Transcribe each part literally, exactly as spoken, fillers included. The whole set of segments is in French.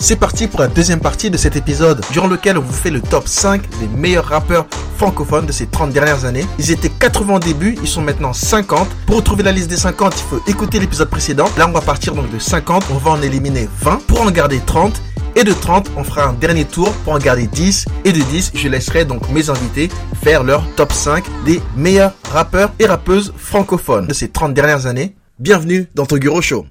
C'est parti pour la deuxième partie de cet épisode, durant lequel on vous fait le top cinq des meilleurs rappeurs francophones de ces trente dernières années. Ils étaient quatre-vingts au début, ils sont maintenant cinquante. Pour retrouver la liste des cinquante, il faut écouter l'épisode précédent. Là, on va partir donc de cinquante, on va en éliminer vingt pour en garder trente. Et de trente, on fera un dernier tour pour en garder dix. Et de dix, je laisserai donc mes invités faire leur top cinq des meilleurs rappeurs et rappeuses francophones de ces trente dernières années. Bienvenue dans Toguro Show.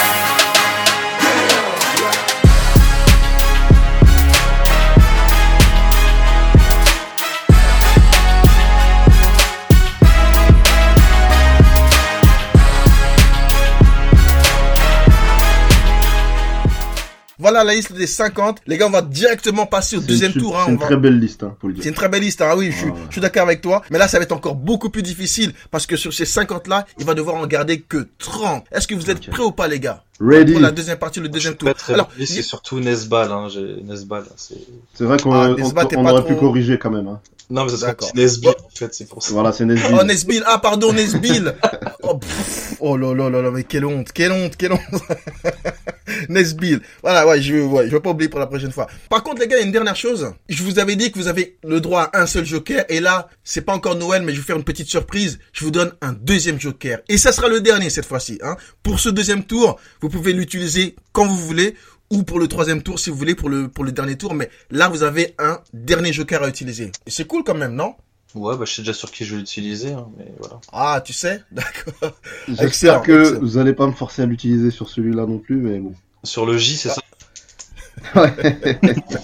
Voilà la liste des cinquante. Les gars, on va directement passer au c'est deuxième une, tour. Hein. C'est une on va... très belle liste, hein, pour le dire. C'est une très belle liste. Hein. Oui, je, ah, ouais. je suis d'accord avec toi. Mais là, ça va être encore beaucoup plus difficile parce que sur ces cinquante-là, il va devoir en garder que trente. Est-ce que vous êtes okay. prêts ou pas, les gars? Ready. Pour la deuxième partie, le deuxième tour. Très Alors, c'est y... surtout Nesbal. Hein. J'ai... Nesbal, c'est... c'est vrai qu'on ah, Nesbal, on, on aurait trop... pu corriger quand même. Hein. Non, mais ça serait Nesbill, en fait, c'est pour ça. Voilà, c'est Nesbill. Oh, Nesbill. Ah, pardon, Nesbill. oh, oh là là là là, mais quelle honte, quelle honte, quelle honte. Nesbill. Voilà, ouais, je, ouais, je vais pas oublier pour la prochaine fois. Par contre, les gars, il y a une dernière chose. Je vous avais dit que vous avez le droit à un seul joker. Et là, c'est pas encore Noël, mais je vais faire une petite surprise. Je vous donne un deuxième joker. Et ça sera le dernier cette fois-ci, hein. Pour ce deuxième tour, vous pouvez l'utiliser quand vous voulez. Ou pour le troisième tour, si vous voulez, pour le, pour le dernier tour. Mais là, vous avez un dernier joker à utiliser. Et c'est cool quand même, non? Ouais, bah, je sais déjà sur qui je vais l'utiliser, hein, mais voilà. Ah, tu sais? D'accord. J'espère que excellent. Vous allez pas me forcer à l'utiliser sur celui-là non plus, mais bon. Sur le J, c'est ah. ça? Ouais.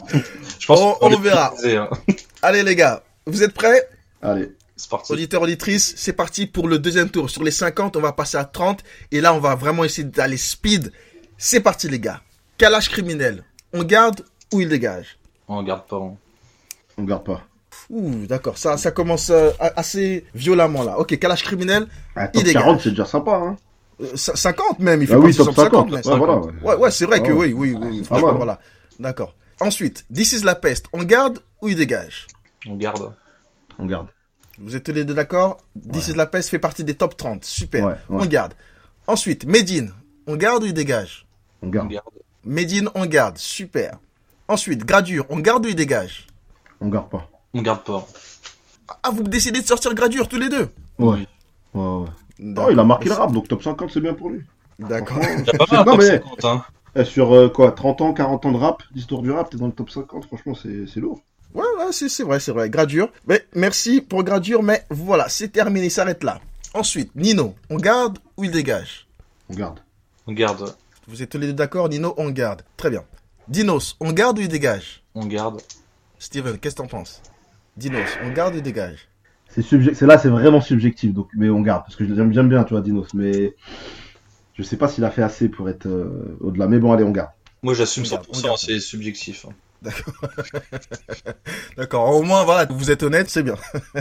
Je pense on, on verra. Hein. Allez, les gars. Vous êtes prêts? Allez. C'est parti. Auditeurs, auditrices, c'est parti pour le deuxième tour. Sur les cinquante, on va passer à trente. Et là, on va vraiment essayer d'aller speed. C'est parti, les gars. Kalash criminel, on garde ou il dégage? On garde pas. On, on garde pas. Ouh, d'accord, ça, ça commence euh, assez violemment là. Ok, Kalash criminel, ah, il dégage. quarante, c'est déjà sympa, hein. Euh, cinquante même, il fait bah pas oui, top cinquante. Mais ouais, voilà, ouais. ouais, ouais, c'est vrai ah, que ouais. oui, oui, oui. Ah, ouais. Voilà, d'accord. Ensuite, This is la peste, on garde ou il dégage? On garde. On garde. Vous êtes les deux d'accord? This ouais. is la peste fait partie des top trente, super. Ouais, ouais. On garde. Ensuite, Medine, on garde ou il dégage? On garde. On garde. Medine, on garde, super. Ensuite, Gradure, on garde ou il dégage? On garde pas. On garde pas. Ah, vous décidez de sortir Gradure tous les deux? Ouais. Ouais, ouais. Oh, il a marqué le rap, donc top cinquante, c'est bien pour lui. D'accord. Il a pas mal, non, mais... cinquante, hein. Sur euh, quoi, trente ans, quarante ans de rap, d'histoire du rap, t'es dans le top cinquante, franchement, c'est, c'est lourd. Ouais, ouais, c'est, c'est vrai, c'est vrai. Gradure. Mais merci pour Gradure, mais voilà, c'est terminé, il s'arrête là. Ensuite, Nino, on garde ou il dégage? On garde. On garde. Vous êtes tous les deux d'accord, Nino, on garde. Très bien. Dinos, on garde ou il dégage? On garde. Steven, qu'est-ce que t'en penses? Dinos, on garde ou il dégage? C'est subje- c'est là, c'est vraiment subjectif, donc, mais on garde, parce que j'aime, j'aime bien, tu vois, Dinos, mais je sais pas s'il a fait assez pour être euh, au-delà, mais bon, allez, on garde. Moi, j'assume on cent pour cent, garde, c'est subjectif. Hein. D'accord. D'accord, au moins, voilà, vous êtes honnête, c'est bien.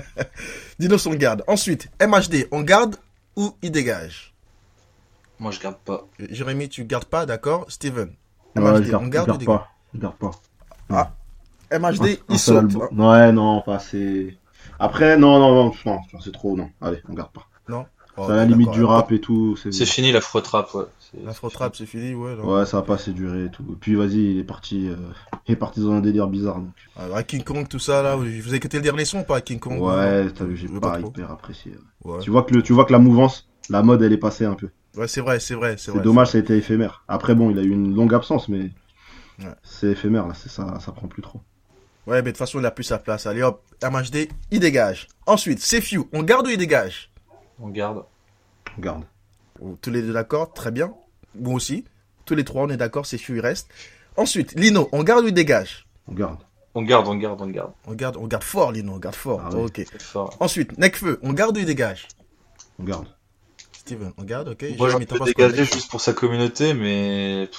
Dinos, on garde. Ensuite, M H D, on garde ou il dégage? Moi, je garde pas. Jérémy, tu gardes pas, d'accord? Steven, M H D, ouais, je garde, on garde, je garde pas. Je garde pas. Ah, M H D, un, il un saute. Album. Ouais, non, pas c'est... Après, non, non, non, non, c'est trop, non. Allez, on garde pas. Non. Oh, c'est à la limite du rap et tout. C'est, c'est fini l'afro-trap, ouais. C'est, l'afro-trap, c'est fini, ouais. Non. Ouais, ça a pas assez duré et tout. Et puis, vas-y, il est parti, euh... il est parti dans un délire bizarre, donc. Ah, King Kong, tout ça, là, vous avez écouté le dernier son, pas King Kong? Ouais, t'as vu, j'ai pas, pas hyper apprécié. Ouais. Tu vois que le, tu vois que la mouvance, la mode, elle est passée un peu. Ouais, c'est vrai, c'est vrai, c'est, c'est vrai. Dommage, c'est ça a été éphémère. Après, bon, il a eu une longue absence, mais ouais. C'est éphémère, là, c'est ça, ça prend plus trop. Ouais, mais de toute façon, il a plus sa place. Allez hop, M H D, il dégage. Ensuite, Sefiu, on garde ou il dégage? On garde. On garde. Tous les deux d'accord, très bien. Moi aussi. Tous les trois, on est d'accord, Sefiu, il reste. Ensuite, Lino, on garde ou il dégage? On garde. On garde, on garde, on garde. On garde, on garde fort, Lino, on garde fort. Ah, oh, oui. Ok. Fort. Ensuite, Nekfeu, on garde ou il dégage? On garde. Steven, on garde, ok. Moi, je peux dégager juste pour sa communauté, mais...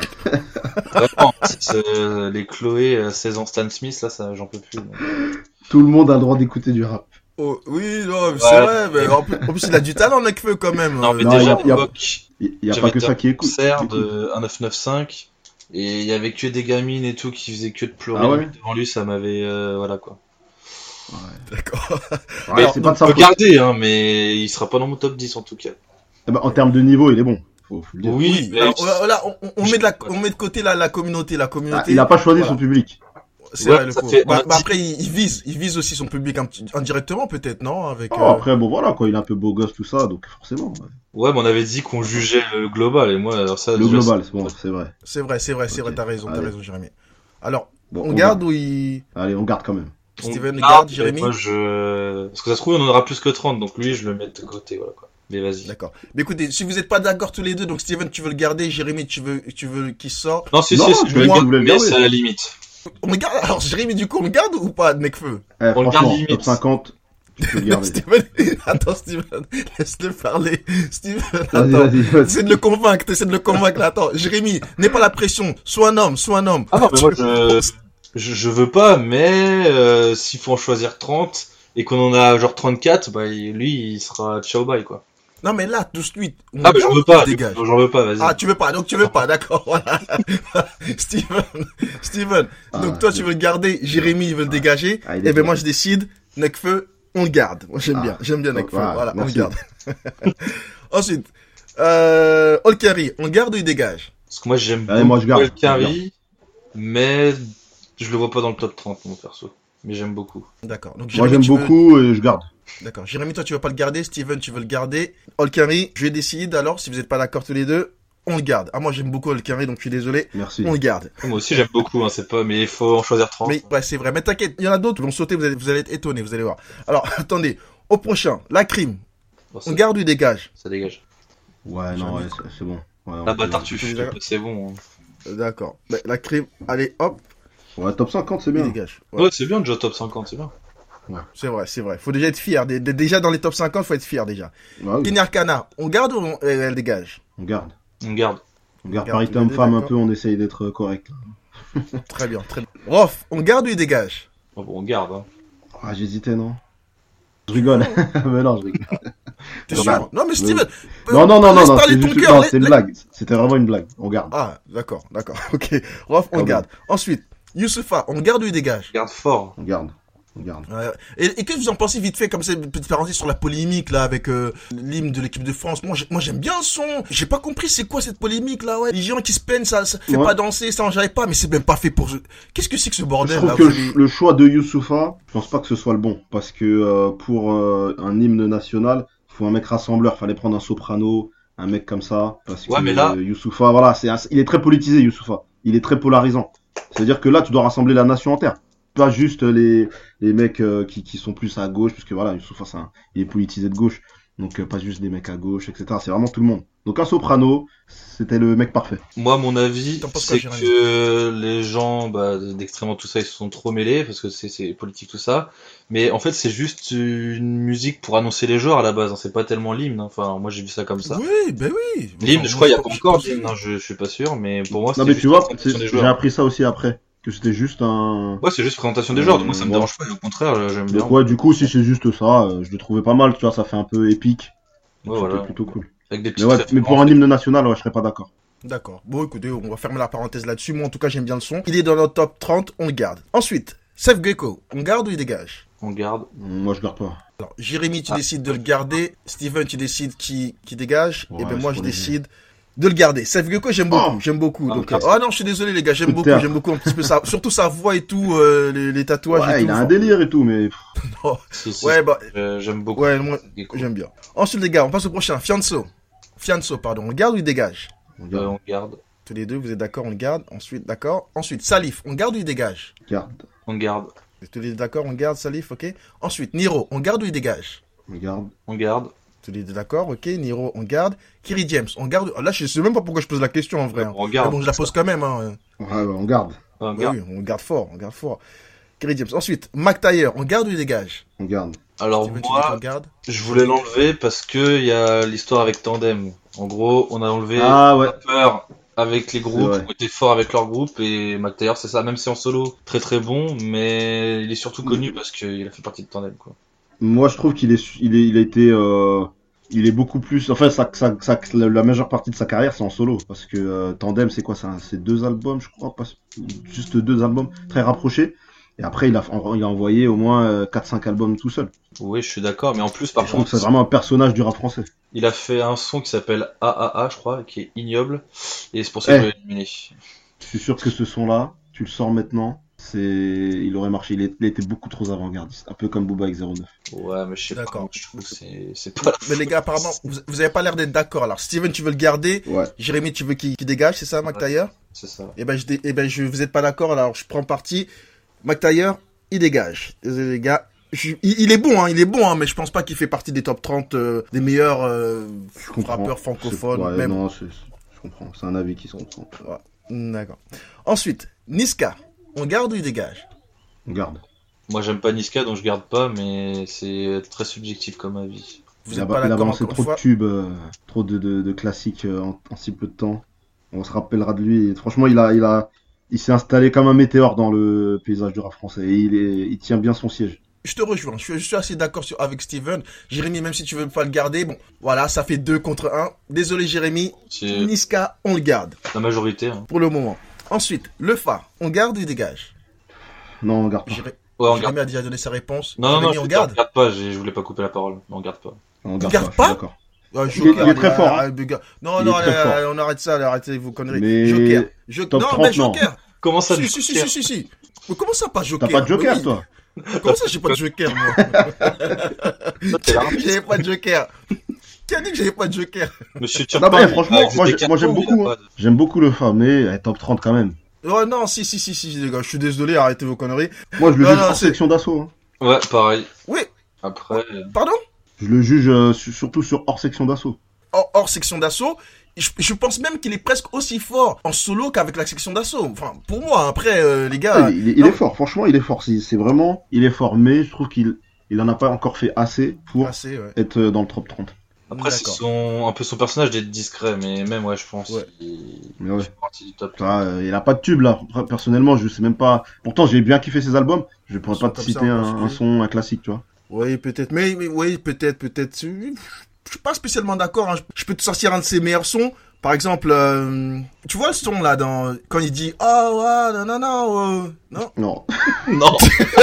Vraiment, c'est, les Chloé, seize ans Stan Smith, là, ça, j'en peux plus. Donc... Tout le monde a le droit d'écouter du rap. Oh, oui, non, c'est ouais, vrai, mais en plus, en plus, il a du talent, Nekfeu, quand même. Non, mais non, déjà, à l'époque, il y a, a pas que ça qui écoute. Concert de un neuf neuf cinq, et il y avait que des gamines et tout qui faisaient que de pleurer ah ouais devant lui, ça m'avait, euh, voilà, quoi. Ouais. D'accord. Mais alors, c'est pas de sa faute. Garder, hein, mais il sera pas dans mon top dix, en tout cas. Eh ben, en termes de niveau, il est bon. faut, faut le dire. Oui, mais Alors, euh, là, on, on met de la, on met de côté la, la communauté, la communauté. Ah, il a pas choisi voilà. son public. C'est Ouais, vrai, le ça pauvre. fait- on Bah, a bah dit- après, il, il vise, il vise aussi son public un petit- indirectement, peut-être, non? Avec, Oh, euh, après, bon, voilà, quoi, il est un peu beau gosse, tout ça, donc forcément. Ouais. ouais, mais on avait dit qu'on jugeait le global, et moi, alors ça, Le déjà, global, c'est bon, c'est vrai. C'est vrai, c'est vrai, c'est Ok. vrai, t'as raison, t'as Allez. raison, Jérémy. Alors, Bon, on garde ou il... Allez, on garde quand même. on Steven garde, garde, et Jérémy? Moi, je... Parce que ça se trouve, on en aura plus que trente, donc lui, je le mets de côté, voilà, quoi. Mais vas-y. D'accord. Mais écoutez, si vous n'êtes pas d'accord tous les deux, donc Steven, tu veux le garder, Jérémy, tu veux, tu veux qu'il sorte. Non, si, Non, si, je si, voulais- moi, je voulais le mais garder. c'est à la limite. On le garde, alors Jérémy, du coup, on le garde ou pas, Necfeu? Eh, On le garde franchement, limite. top cinquante, tu peux le garder. Steven, attends, Steven, laisse-le parler. Steven, Vas-y, attends. vas-y, vas-y. T'essaies de le convaincre, t'essaies de le convaincre, là. Attends, Jérémy, n'aie pas la pression. Sois un homme, sois un homme. Ah non, mais moi, Tu- je... je, je veux pas, mais euh, s'il faut en choisir trente, et qu'on en a genre trente-quatre, bah, il- lui, il sera ciao bye, quoi. Non, mais là, tout de suite. on Ah, mais j'en garde veux ou pas, on dégage. j'en veux pas, vas-y. Ah, tu veux pas, donc tu veux pas, d'accord, voilà. Steven, Steven, Ah, donc toi tu c'est- veux le garder, Jérémy il veut le dégager, Ah, il est et ben bon. moi je décide, Necfeu, on le garde. Moi j'aime Ah. bien, j'aime bien Necfeu, Voilà, voilà, merci. on le garde. Ensuite, euh, Olkari, on le garde ou il dégage? Parce que moi, j'aime Allez, beaucoup moi, je garde. El Khari, mais je le vois pas dans le top trente, mon perso. Mais j'aime beaucoup. D'accord, donc Moi, Jérémy, j'aime tu veux- beaucoup et je garde. D'accord, Jérémy toi tu veux pas le garder, Steven tu veux le garder, Olkari, je décide alors, si vous êtes pas d'accord tous les deux, on le garde. Ah moi j'aime beaucoup Olkari donc je suis désolé, Merci. on le garde. Moi aussi, j'aime beaucoup, hein, c'est pas, mais il faut en choisir trente. Mais ouais, c'est vrai. Mais t'inquiète, il y en a d'autres qui vont sauter, vous allez, vous allez être étonnés, vous allez voir. Alors, attendez, au prochain, la crime. Bon, ça, On garde ou il dégage? ça dégage. Ouais, non, ouais, c'est- c'est bon. Ouais, on La peut- bâtard, tu tu- fais, c'est bon. hein. Euh, D'accord. Ben, la crime, allez, hop, Ouais, top cinquante, c'est il bien. dégage. Ouais, Ouais, c'est bien, déjà top cinquante, c'est bien. c'est vrai, c'est vrai. Faut déjà être fier. Dé- dé- Déjà dans les top cinquante, faut être fier déjà. Ouais, oui, Kenny Arcana, on garde ou on- elle, elle dégage? on garde. On garde. On garde garde parité tous les deux, homme-femme un d'accord. peu, on essaye d'être correct. Très bien, très bien. Rof, on garde ou il dégage? Bon, bon, on garde. Hein. Ah, j'hésitais, non? Je rigole. Mais non, je rigole. T'es Non, sûr? bah, Non, mais Steven, euh, Non, non, non, non, laisse non, parler c'est ton juste- cœur. non, laisse- c'est une laisse- blague. C'était vraiment une blague. On garde. Ah, d'accord, d'accord. Ok, Rof, on Quand garde. Ensuite, Youssoufa, on garde ou il dégage? Garde fort. On garde. On garde. Ouais. Et, et qu'est-ce que vous en pensez vite fait, comme ça, une petite parenthèse sur la polémique, là, avec euh, l'hymne de l'équipe de France. Moi, j'ai- moi, j'aime bien le son. J'ai pas compris c'est quoi cette polémique, là, ouais. Les gens qui se peignent, ça, ça fait Ouais. pas danser, ça en j'avais pas, mais c'est même pas fait pour... Qu'est-ce que c'est que ce Je bordel, trouve là que vous le, allez- le choix de Youssoufa, je pense pas que ce soit le bon. Parce que euh, pour euh, un hymne national, il faut un mec rassembleur. Fallait prendre un soprano, un mec comme ça. Parce Ouais, que mais là- euh, Youssoufa, voilà, c'est un- il est très politisé, Youssoufa. Il est très polarisant. C'est-à-dire que là, tu dois rassembler la nation entière. Pas juste les, les mecs euh, qui, qui sont plus à gauche, puisque voilà, Youssoufa, c'est un- il est politisé de gauche. Donc euh, pas juste des mecs à gauche, et cetera. C'est vraiment tout le monde. Donc un soprano, c'était le mec parfait. Moi, mon avis, T'en penses quoi, c'est Jérémy? que les gens bah, d'extrêmement tout ça, ils se sont trop mêlés parce que c'est c'est politique tout ça. Mais en fait, c'est juste une musique pour annoncer les joueurs à la base. Hein. C'est pas tellement l'hymne. hein. Enfin, moi, j'ai vu ça comme ça. Oui, ben oui. L'hymne, Enfin, je crois, il y a moi, pas je- encore je- d'hymne. hein, Je, je suis pas sûr, mais pour moi, Non c'est mais juste tu vois, une présentation c'est- des j'ai joueurs. appris ça aussi après. Que c'était juste un... Ouais, c'est juste présentation des joueurs. Donc moi, ça me Euh, dérange pas. et Au contraire, j'aime bien. Donc ouais, du coup, si c'est juste ça, euh, je le trouvais pas mal, tu vois, ça fait un peu épique. Donc Ouais, c'était voilà. plutôt cool. Avec des Mais petites ouais, mais pour références. un hymne national, ouais, je serais pas d'accord. D'accord. Bon, écoutez, on va fermer la parenthèse là-dessus. Moi, en tout cas, j'aime bien le son. Il est dans notre top trente, on le garde. Ensuite, Seth Gecko, on garde ou il dégage? On garde. Moi, je garde pas. Alors, Jérémy, tu Ah. décides de le garder. Steven, tu décides qui, qui dégage. Ouais, et ben c'est moi, je pour les décide de le garder. Seth Gecko, j'aime beaucoup, Oh j'aime beaucoup. Ah, Donc, merci. euh, ah non, je suis désolé, les gars, j'aime Coup de beaucoup, terre. j'aime beaucoup un petit peu ça. Surtout sa voix et tout, euh, les, les tatouages Ouais, et il tout. a un Enfin, délire et tout, mais... non. Si, si, Ouais, bah, euh, j'aime beaucoup. ouais, moi, Gecko. j'aime bien. Ensuite, les gars, on passe au prochain. Fianso. Fianso, pardon. On le garde ou il dégage? On Euh, garde. on garde. Tous les deux, vous êtes d'accord, on le garde. Ensuite, d'accord. Ensuite, Salif, on garde ou il dégage? Garde. On garde. Vous êtes tous les deux d'accord, on garde, Salif, ok. Ensuite, Niro, on garde ou il dégage? On garde. On garde. Tous les deux d'accord, ok. Niro, on garde. Kiri James, on garde. Ah, là, je sais même pas pourquoi je pose la question en vrai. hein. On Mais garde. bon, je la pose quand même. Hein. Ouais, ouais, on garde. On Bah garde. oui, on garde fort, on garde fort. Kiri James. Ensuite, McTayer, on garde ou il dégage? On garde. Alors Steven, tu dis qu'on moi, garde. je voulais l'enlever parce que il y a l'histoire avec Tandem. En gros, on a enlevé Ah ouais. rappeurs avec les groupes, vrai. qui étaient forts avec leur groupe, et McTayer c'est ça, même si en solo, très très bon, mais il est surtout connu parce qu'il a fait partie de Tandem, quoi. Moi, je trouve qu'il est, il est, il a été, euh, il est beaucoup plus. Enfin, ça, ça, ça, la majeure partie de sa carrière, c'est en solo, parce que euh, Tandem, c'est quoi, c'est un- c'est deux albums, je crois, pas, juste deux albums très rapprochés. Et après, il a, il a envoyé au moins euh, quatre cinq albums tout seul. Oui, je suis d'accord, mais en plus, Et par je trouve que contre, c'est vraiment un personnage du rap français. il a fait un son qui s'appelle A A A, je crois, qui est ignoble, et c'est pour ça que Eh, je l'ai éliminé. je suis sûr que ce son-là, tu le sors maintenant, c'est, il aurait marché. Il, est- il était beaucoup trop avant-gardiste, un peu comme Booba avec zéro neuf. Ouais, mais je sais pas, D'accord. moi, je trouve que c'est c'est pas la Mais les gars, apparemment, vous, vous avez pas l'air d'être d'accord. Alors, Steven, tu veux le garder. Ouais. Jérémy, tu veux qu'il qu'il dégage, c'est ça, McTayer? c'est ça. Eh ben, je, dé- eh ben, je, vous êtes pas d'accord, alors je prends parti. McTayer, il dégage. Désolé, les gars. Je- il, il est bon, hein, il est bon, hein, mais je pense pas qu'il fait partie des top trente euh, des meilleurs euh, Je comprends. rappeurs C'est- francophones. Ouais, même. non, c'est- je comprends. C'est un avis qui se comprend. Ouais. D'accord. Ensuite, Niska, on garde ou il dégage? On garde. Moi, j'aime pas Niska, donc je garde pas, mais c'est très subjectif comme avis. Vous Il a, êtes pas il a d'accord balancé encore une trop fois? de tubes, euh, trop de, de, de classiques euh, en, en si peu de temps. On se rappellera de lui. Et franchement, il a, il a, il s'est installé comme un météore dans le paysage du rap français. Et il, est, il tient bien son siège. Je te rejoins, je suis, je suis assez d'accord sur- avec Steven. Jérémy, même si tu veux pas le garder, bon, voilà, ça fait deux contre un. Désolé Jérémy, C'est Niska, on le garde, la majorité. Hein. pour le moment. Ensuite, le phare, on garde ou il dégage? Non, on garde pas. Jéré- Ouais, on Jérémy garde. a déjà donné sa réponse. Non, non, non, Jérémy, je on on garde? garde pas, j'ai- je voulais pas couper la parole. Non, on garde pas. On garde, garde pas, pas je suis d'accord. Ah, Il est- Joker, il est très allez, fort, hein. arrête de ga- Non, Il non, est très allez, fort. allez, on arrête ça, allez, arrêtez vos conneries. Mais Joker. Joker. top Non, trente, mais Joker. Comment ça, Si, du si, si, Joker si, si, si. Mais comment ça, pas Joker? T'as pas de Joker, Mais oui. toi? Comment ça, j'ai pas de Joker, moi? Toi, t'es l'artiste. J'avais pas de Joker. Qui a dit que j'avais pas de Joker? Monsieur Non, Turpin, mais il franchement, a ajouté moi, des j'ai- moi, j'aime cartons, il a beaucoup, pas hein. de- J'aime beaucoup le F A, mais eh, top trente quand même. Oh non, si, si, si, si, les gars, je suis désolé, arrêtez vos conneries. Moi, je le Non, juge non, hors c'est- section d'assaut. Hein. Ouais, pareil. Oui, Après, euh, pardon? Je le juge euh, su- surtout sur hors section d'assaut. Hors, hors section d'assaut, je, je pense même qu'il est presque aussi fort en solo qu'avec la section d'assaut. Enfin, pour moi, après, euh, les gars. Ah, il, il non, est fort, franchement, il est fort. C'est c'est vraiment, il est fort, mais je trouve qu'il il en a pas encore fait assez pour assez, ouais. être euh, dans le top trente. après c'est D'accord. son... un peu son personnage d'être discret, mais même, ouais, je pense Ouais. qu'il Mais ouais. fait partie du top. Ah, euh, il a pas de tube là. Personnellement, je sais même pas. Pourtant, j'ai bien kiffé ses albums. Je pourrais Ils pas sont te comme citer ça, en un, particulier. un son, un classique, tu vois. Oui, peut-être. Mais, mais oui, peut-être, peut-être. Je je suis pas spécialement d'accord. Hein. Je- Je peux te sortir un de ses meilleurs sons. Par exemple, euh, tu vois le son là dans quand il dit oh ouais non non non euh, non Non. Non,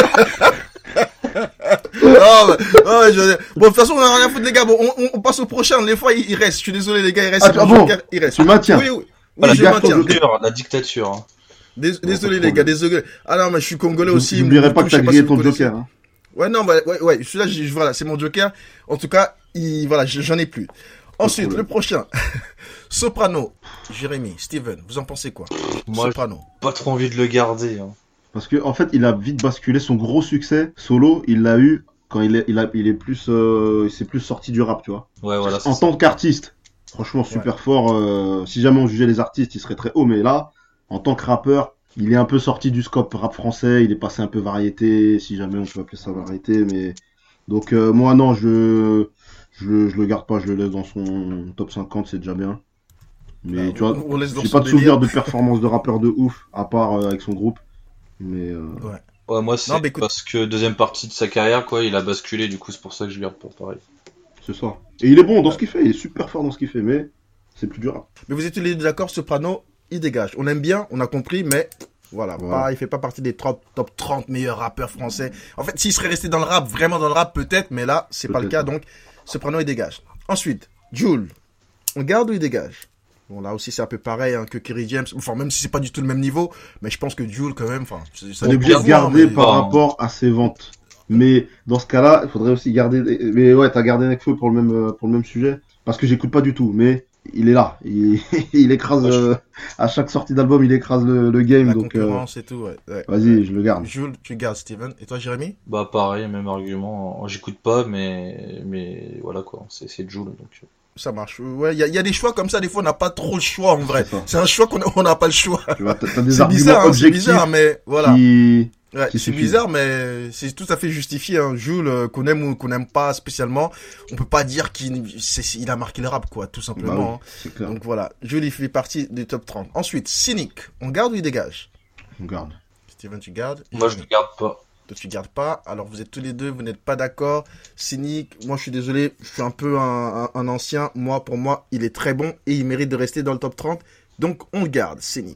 non mais, oh, je- bon de toute façon on a rien à foutre les gars. Bon on, on- on passe au prochain. Les fois il, il reste. Je suis désolé les gars il reste. Ah, C'est ah mon bon Joker, il reste. Tu maintiens. Oui oui. Pas Oui, la je gaffe, maintiens. ton dictature, la dictature. Hein. Dés- Désolé pas les de gars, désolé. Ah non mais je suis congolais aussi. J'oublierai mon pas tout, que je t'as sais grillé si vous ton connaissez. Joker. Hein. Ouais non bah ouais ouais celui-là j'ai- voilà c'est mon Joker. En tout cas il voilà j'en ai plus. Ensuite problème. le prochain Soprano. Jérémy, Steven, vous en pensez quoi? Moi, Soprano. j'ai pas trop envie de le garder. Hein. Parce que en fait, il a vite basculé son gros succès solo. Il l'a eu quand il est, il a, il est plus, euh, il s'est plus sorti du rap, tu vois. Ouais, voilà. c'est En ça. tant qu'artiste, franchement super fort. euh, si jamais on jugeait les artistes, il serait très haut. Mais là, en tant que rappeur, il est un peu sorti du scope rap français. Il est passé un peu variété, si jamais on peut appeler ça variété. Mais donc euh, moi non, je, je, le- je le garde pas. Je le laisse dans son top cinquante, c'est déjà bien. Mais Ah, tu vois, on laisse dans j'ai son pas de souvenir délire. de performance de rappeur de ouf, à part euh, avec son groupe. Mais euh, Ouais, moi, c'est Non, mais écoute- parce que deuxième partie de sa carrière, quoi, il a basculé, du coup, c'est pour ça que je garde pas pareil. c'est ça. Et il est bon dans ce qu'il fait, il est super fort dans ce qu'il fait, mais c'est plus dur. Mais vous êtes les deux d'accord, Soprano, il dégage. On aime bien, on a compris, mais voilà, Voilà. pas, il fait pas partie des top, top trente meilleurs rappeurs français. En fait, s'il serait resté dans le rap, vraiment dans le rap, peut-être, mais là, c'est pas le Peut-être. cas, donc Soprano, il dégage. Ensuite, Jul, on garde ou il dégage? Bon, là aussi, c'est un peu pareil hein, que Kerry James. Enfin, même si c'est pas du tout le même niveau, mais je pense que Jul, quand même, enfin, c'est- ça On est dépend obligé de de moi, garder mais- par Bon. rapport à ses ventes. Mais dans ce cas-là, il faudrait aussi garder. Mais ouais, t'as gardé Nekfeu pour le même euh, pour le même sujet, parce que j'écoute pas du tout. Mais il est là, il, il écrase Ouais, je- euh, à chaque sortie d'album, il écrase le, le game. La Donc euh, concurrence et tout, ouais. ouais. vas-y, je le garde. Jules, tu gardes Steven. Et toi, Jérémy? Bah, pareil, même argument. J'écoute pas, mais, mais voilà, quoi. C'est, c'est Jul, donc. Ça marche. Ouais, il y, a- il y a des choix comme ça, des fois, on n'a pas trop le choix, en vrai. C'est ça. C'est un choix qu'on a- on n'a pas le choix. Tu vois, t'as t'as des C'est arguments bizarre, hein, c'est objectifs bizarre, mais voilà. qui. Ouais, qui c'est suffisent. bizarre, mais c'est tout à fait justifié. Hein. Jules, euh, qu'on aime ou qu'on n'aime pas spécialement, on peut pas dire qu'il c'est- c'est- il a marqué le rap, quoi, tout Bah simplement. oui, hein. c'est clair. Donc voilà, Jules, il fait partie du top trente. Ensuite, Cynic, on garde ou il dégage? On garde. Steven, tu gardes? Moi, je Jérémy, le garde pas. toi, tu gardes pas. Alors, vous êtes tous les deux, vous n'êtes pas d'accord. Cynic, moi, je suis désolé, je suis un peu un, un, un ancien. Moi, pour moi, il est très bon et il mérite de rester dans le top trente. Donc, on le garde, Cynic.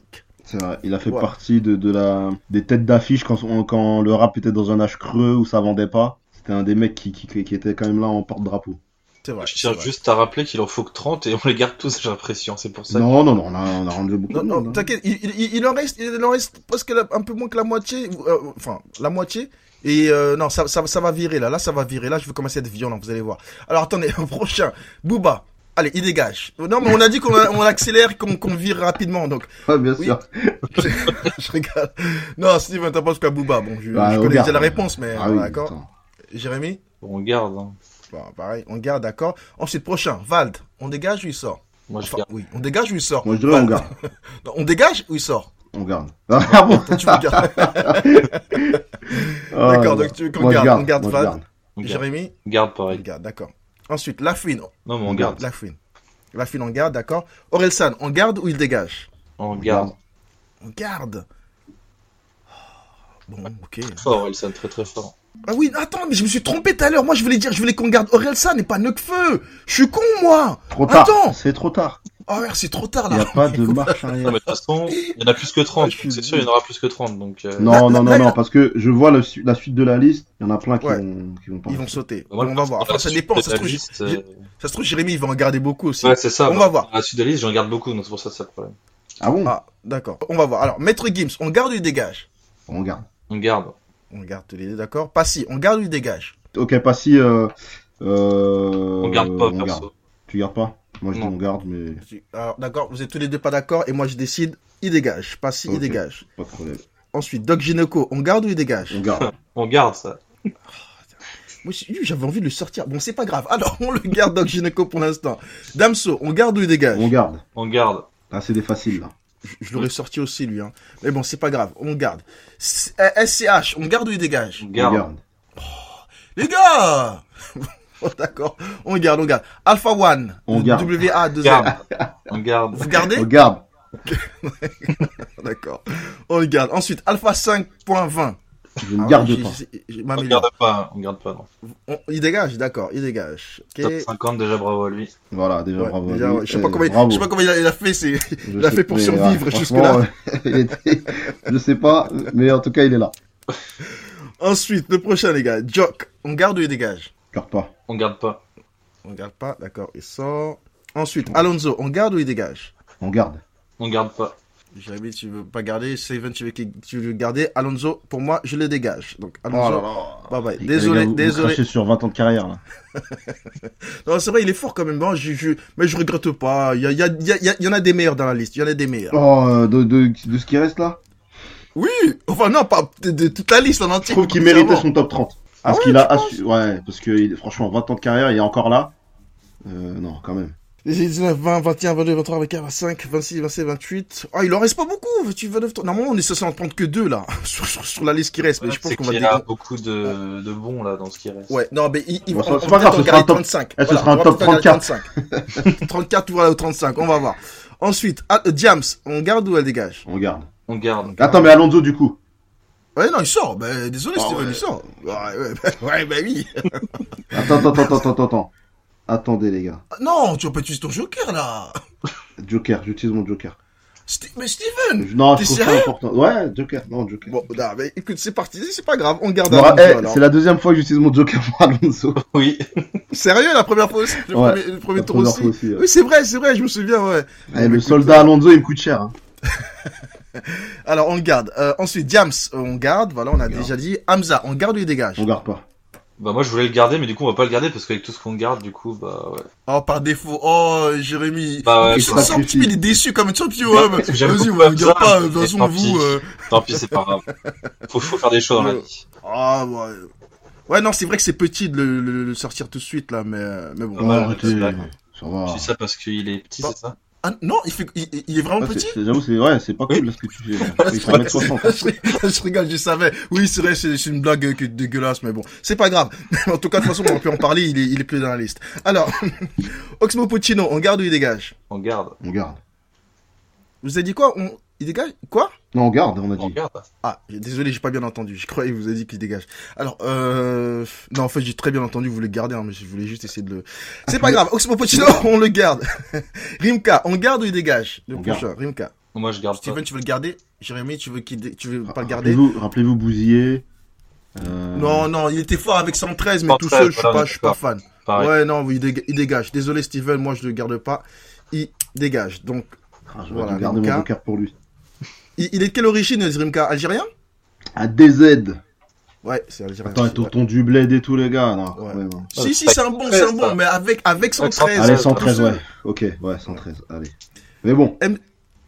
C'est vrai, il a fait Ouais. partie de, de la, des têtes d'affiche quand, on- quand le rap était dans un âge creux où ça vendait pas. C'était un des mecs qui, qui, qui était quand même là en porte-drapeau. C'est vrai. Je c'est tiens vrai. juste à rappeler qu'il en faut que trente et on les garde tous, j'ai l'impression. C'est pour ça. Non, non, non, on a, on a rendu beaucoup Non, de non, monde. hein. t'inquiète, il, il, il en reste, il en reste presque la- un peu moins que la moitié, euh, enfin, la moitié. Et euh, non, ça, ça, ça va virer là, là ça va virer, là je vais commencer à être violent, vous allez voir. Alors attendez, prochain, Booba. Allez, il dégage. Non, mais on a dit qu'on a- on accélère, qu'on qu'on vire rapidement, donc Ouais, bien oui. sûr. je, je rigole. Non, Steven, t'as pas ce qu'à Booba. Bon, je, Bah, je on connais garde. déjà la réponse, mais Ah bon, oui, d'accord. attends. Jérémy. Bon, on garde. Hein. Bon, pareil, on garde, d'accord. Ensuite, prochain, Vald. On dégage ou il sort? Moi, je Enfin, garde. oui, on dégage ou il sort? Moi, je dirais on Vald. garde. Non, on dégage ou il sort? On garde. Ah bon? Toi, tu veux garder. Ah, D'accord, ouais. donc tu veux qu'on Moi, je garde, on garde Moi, je Val. garde. On garde. Jérémy, On garde on pareil. garde, d'accord. Ensuite, Lafouine. Non, mais on On garde. Lafouine. Lafouine, on garde, d'accord. Orelsan, on garde ou il dégage? On garde. On garde. Bon, ok. Fort, Elson, très très fort. Ah oui, attends, mais je me suis trompé tout à l'heure. Moi, je voulais dire, je voulais qu'on garde Orelsan et pas Nekfeu. Je suis con, moi. Trop tard. Attends. C'est trop tard. Oh, merde, c'est trop tard, Il n'y là. a pas de marche Non, arrière. mais de toute façon, il y en a plus que trente. Ouais, je suis C'est sûr, il y en aura plus que trente. Donc, euh... Non, Là- non, là- non, là, non, là- parce que je vois le su- la suite de la liste. Il y en a plein qui Ouais. vont, qui vont pas. Ils vont sauter. moi, on va voir. Enfin, la ça suite dépend. de Ça se la trouve, liste, J- euh, ça se trouve, Jérémy, il va en garder beaucoup aussi. Ouais, c'est ça. On bah, va voir. La suite de la liste, j'en garde beaucoup, donc c'est pour ça que c'est le problème. Ah bon? Ah, d'accord. On va voir. Alors, Maître Gims, on garde ou il dégage? On garde. On garde. On garde tous les deux, d'accord. Passy, on garde ou il dégage? Ok, pas si. Euh, euh, On garde pas, on perso. garde. Tu gardes pas? Moi, je dis Non. on garde, mais Alors, d'accord, vous êtes tous les deux pas d'accord et moi je décide, il dégage. Passy, il Ok. dégage. pas de problème. Ensuite, Doc Gineco, on garde ou il dégage? On garde. On garde ça. Moi, aussi, lui, j'avais envie de le sortir. Bon, c'est pas grave. Alors, on le garde, Doc Gineco, pour l'instant. Damso, on garde ou il dégage? On garde. On garde. Là, c'est des faciles, là. Je, je l'aurais sorti aussi, lui. Hein. Mais bon, c'est pas grave. On garde. C- euh, S C H, on garde ou il dégage? On On garde. garde. Les gars! Oh, d'accord. On garde, on garde. Alpha One. On garde. W A deux On garde. N. On garde. Vous gardez? On garde. D'accord. On le garde. Ensuite, Alpha cinq point vingt. Je ne Ah garde ouais, pas. j'ai- j'ai- j'ai- On m'améliore. garde pas. On garde pas, non. On- Il dégage, d'accord, il dégage. Ok. Top cinquante, déjà bravo à lui. Voilà, déjà, Ouais, bravo. à déjà, lui. ouais, je sais pas Euh, comment, il, bravo. je sais pas comment il a, il a fait, c'est, Je il a sais- fait pour mais, survivre ouais, jusque-là. franchement, euh, il était- Je sais pas, mais en tout cas, il est là. Ensuite, le prochain, les gars. Jock, on garde ou il dégage? Garde pas. On garde pas. On garde pas, d'accord, il sort. Ensuite, Alonso, on garde ou il dégage? On garde. On garde pas. Jérémy, tu veux pas garder. Steven, tu veux, qu'il- tu veux le garder. Alonso, pour moi, je le dégage. Donc, Oh Alonso. Bye bye. Désolé, Les gars, vous- vous désolé. crachez sur vingt ans de carrière, là. Non, c'est vrai, il est fort quand même. Bon, je, je, mais je regrette pas. Il y, a, il y, a, il y, a, il y en a des meilleurs dans la liste. Il y en a des meilleurs. Oh, euh, de, de, de ce qui reste, là? Oui, enfin non, pas de, de toute la liste en Je entier. trouve qu'il méritait Sincèrement. son top trente. Ah Parce ouais, qu'il a tu penses assu... Ouais, parce que il- franchement, vingt ans de carrière, il est encore là. Euh, non, quand même. dix-neuf, vingt, vingt et un, vingt-deux, vingt-trois, vingt-quatre, vingt-cinq, vingt-six, vingt-sept, vingt-huit. Ah, il en reste pas beaucoup. Tu vas Normalement, on est censé en prendre que deux, là. sur, sur, sur la liste qui reste. Mais je pense C'est qu'on va qu'il y a dégager. beaucoup de, de bons, là, dans ce qui reste. Ouais, non, mais il, il Bon, va, ça, on, c'est on pas va grave, peut-être ce en sera un garder top- trente-cinq. eh, ce Voilà, sera un on va top peut-être en garder trente-quatre. trente-cinq. trente-quatre, voilà, au trente-cinq. On va voir. Ensuite, ah, euh, Diams, on garde ou elle dégage? On garde. On garde. Attends, mais Alonso, du coup. Ouais, non, il sort. Ben, désolé, Ah Steven, ouais. il sort. Ouais, ouais, ouais, ben oui. Attends, attends, attends, attends, attends. Attendez, les gars. Non, tu vas pas utiliser ton joker, là. Joker, j'utilise mon Joker. Sti- mais Steven! Je- Non, T'es je trouve ça sérieux important. Ouais, Joker, non, Joker. Bon, non, mais écoute, c'est parti, c'est pas grave, on garde Non, Alonso, eh, alors. c'est la deuxième fois que j'utilise mon Joker pour Alonso. Oui. Sérieux, la première fois aussi? Le Ouais, premier, le premier La tour première aussi? fois aussi, ouais. Oui, c'est vrai, c'est vrai, je me souviens, ouais. Eh, Bon, le écoute, soldat Alonso, il me coûte cher. Hein. Alors, on le garde. Euh, ensuite, Diams, on garde, voilà, on a On garde. déjà dit. Hamza, on garde ou il dégage? On garde pas. Bah, moi, je voulais le garder, mais du coup, on va pas le garder parce qu'avec tout ce qu'on garde, du coup, bah, ouais. Oh, par défaut. Oh, Jérémy. Bah, ouais, il c'est se pas sent un petit peu, il est déçu comme champion, Bah, ouais. parce que j'aime Vas-y, beaucoup on ne garde Hamza, pas, de toute mais façon, tant vous, pis. euh... Tant pis, c'est pas grave. Faut, faut faire des choix dans la Euh, vie. Ah, ouais. Ouais, non, c'est vrai que c'est petit de le, le- le sortir tout de suite, là, mais, mais bon. Ah, bah, arrêtez. c'est blague. Ça va. Je dis ça parce qu'il est petit, Bah. c'est ça? Ah, non, il fait, il, il est vraiment Ouais, c'est- petit? c'est- J'avoue, c'est ouais, c'est pas cool Oui. là, ce que tu fais. là. Il fait un mètre soixante. je, rigole, je rigole, je savais. Oui, c'est vrai, c'est c'est une blague euh, que- dégueulasse, mais bon, c'est pas grave. En tout cas, de toute façon, on peut en parler, il est, il est plus dans la liste. Alors, Oxmo Puccino, on garde ou il dégage? On garde. On garde. Vous avez dit quoi? On... Il dégage? Quoi? Non, on garde, on a On dit. garde. Ah, désolé, j'ai pas bien entendu. Je croyais que vous avez dit qu'il dégage. Alors, euh... Non, en fait, j'ai très bien entendu, vous le gardez, hein, mais je voulais juste essayer de le... C'est pas grave, Oxmo Puccino, on le garde. Rimka, on garde ou il dégage? Le On prochain, Rimka. Moi, je garde Steven, pas. tu veux le garder? Jérémy, tu veux, qu'il dé- tu veux pas le garder? Rappelez-vous, rappelez-vous Bouzier. Euh... Non, non, il était fort avec cent treize, mais cent tout treize, seul, je suis voilà, pas, je suis pas fan. Pareil. Ouais, non, il, déga- il dégage. Désolé, Steven, moi, je le garde pas. Il dégage. Donc, Ah, je vais Voilà, garder mon Rimka. joker pour lui. il, il est de quelle origine, Rimka? Algérien? À D Z. Ouais, c'est algérien. Attends, aussi, ton, ouais. ton du bled et tout, les gars. Non, Ouais. ouais, non. Si, si, c'est un bon, c'est un bon, mais avec, avec cent treize. Allez, euh, cent treize, tout seul. ouais. Ok, ouais, cent treize. Allez. Mais bon, M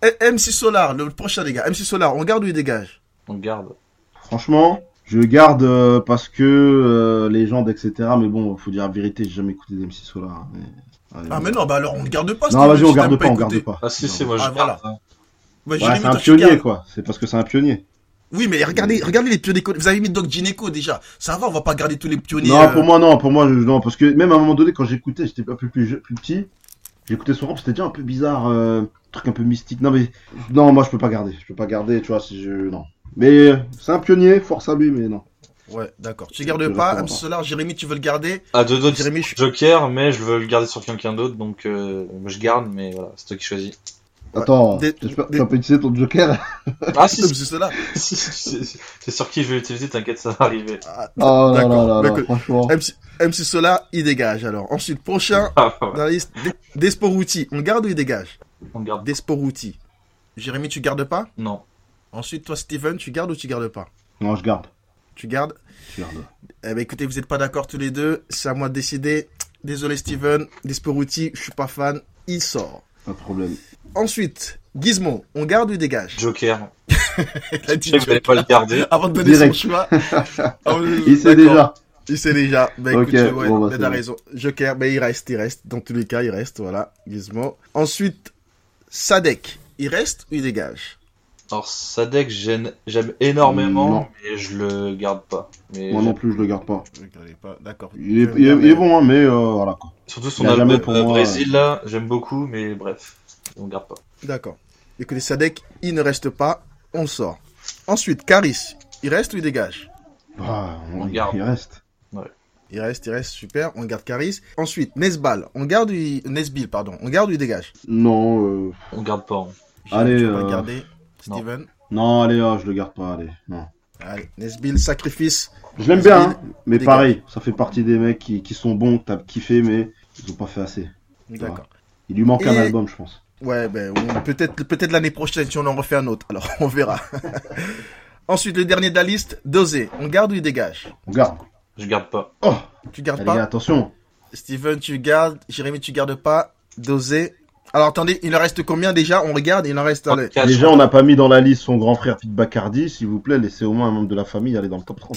C Solar, le prochain, les gars. M C Solar, on garde ou il dégage? On garde. franchement, je garde euh, parce que euh, légende, et cetera. Mais bon, faut dire la vérité, j'ai jamais écouté d'M C Solar. hein, Mais... Allez, Ah, bon. mais non, bah alors, on ne garde pas. Non, Steven, vas-y, on si garde t'aimes pas, on écouter. garde pas. Ah, si, si, Non. moi, je Ah, garde. voilà. hein. Ouais, Ouais, Jérémy, c'est un toi, tu pionnier, gardes. quoi. C'est parce que c'est un pionnier. Oui, mais regardez, regardez les pionniers. Vous avez mis Doc Gineco déjà. Ça va, on va pas garder tous les pionniers. Non, euh, pour moi, non, pour moi, je- non, parce que même à un moment donné, quand j'écoutais, j'étais un peu plus, je- plus petit, j'écoutais son rap, c'était déjà un peu bizarre, euh, truc un peu mystique. Non, mais, non, moi, je peux pas garder, je peux pas garder, tu vois, si je, non. Mais, euh, c'est un pionnier, force à lui, mais non. Ouais, d'accord. Tu Je gardes le pas. resterai M C pas. Solar, Jérémy, tu veux le garder? À deux doigts de Jérémy, je... Joker, mais je veux le garder sur quelqu'un d'autre, donc euh, je garde, mais voilà, c'est toi qui choisis. Attends, Des- j'espère que des- tu vas pas utiliser ton joker. Ah si, M si, C Solar. si, si, si, c'est sur qui je vais l'utiliser, t'inquiète, ça va arriver. Ah, Oh là d'accord. là là Bah, là, écoute, franchement. M C, M C Solar, il dégage alors. Ensuite, prochain Ah, ouais. dans la liste, Des- Desporuti. On garde ou il dégage? On garde. Desporuti. Jérémy, tu gardes pas? Non. Ensuite, toi, Steven, tu gardes ou tu gardes pas? Non, je garde. Tu gardes? Je garde. Eh ben, écoutez, vous êtes pas d'accord tous les deux. C'est à moi de décider. Désolé, Steven. Desporuti, je suis pas fan. Il sort. Pas de problème. Ensuite, Gizmo. On garde ou il dégage? Joker. Il a dit Je sais que vous allez pas le garder. Avant de donner Direct. son choix. Ah, oui, Il sait d'accord. déjà. Il sait déjà. Ben Ok, écoute, ouais, bon, bah, ben, c'est t'as bon. raison. Joker, ben il reste, il reste. Dans tous les cas, il reste, voilà. Gizmo. Ensuite, Sadek. Il reste ou il dégage? Alors, Sadek, j'aime j'aime énormément, Non. mais je le garde pas. Mais Moi non plus, je le garde pas. Je regardais pas. D'accord. Il est, il est- il est bon, hein, mais euh, voilà, quoi. surtout son Il a album jamais pour euh, moi, Brésil, là, j'aime beaucoup, mais bref, on garde pas. D'accord. Écoutez, Sadek, il ne reste pas. On le sort. Ensuite, Caris. Il reste ou il dégage? Bah, on, On il, garde. il reste. Il reste, il reste, super. On garde Caris. Ensuite, Nesbal. On garde ou il... Nesbill, pardon. On garde ou il dégage? Non, euh... On garde pas. hein. Allez, Tu vas pas euh, le garder. non. Steven. non, allez, ah, je le garde pas, allez, non. Allez, Nesbill, sacrifice. Je l'aime bien, hein, mais Dégage. pareil, ça fait partie des mecs qui, qui sont bons, que t'as kiffé, mais ils ont pas fait assez. D'accord. Il lui manque un Et- album, je pense. Ouais, ben, on- peut-être, peut-être l'année prochaine si on en refait un autre. Alors, on verra. Ensuite, le dernier de la liste, Dosé. On garde ou il dégage? On garde. Je garde pas. Oh, Tu gardes les pas? gars, attention. Steven, tu gardes. Jérémy, tu gardes pas. Dosé. Alors, attendez, il en reste combien déjà? On regarde, il en reste... allez. Quatre, Déjà, on n'a pas mis dans la liste son grand frère Pete Bacardi, s'il vous plaît, laissez au moins un membre de la famille aller dans le top trente.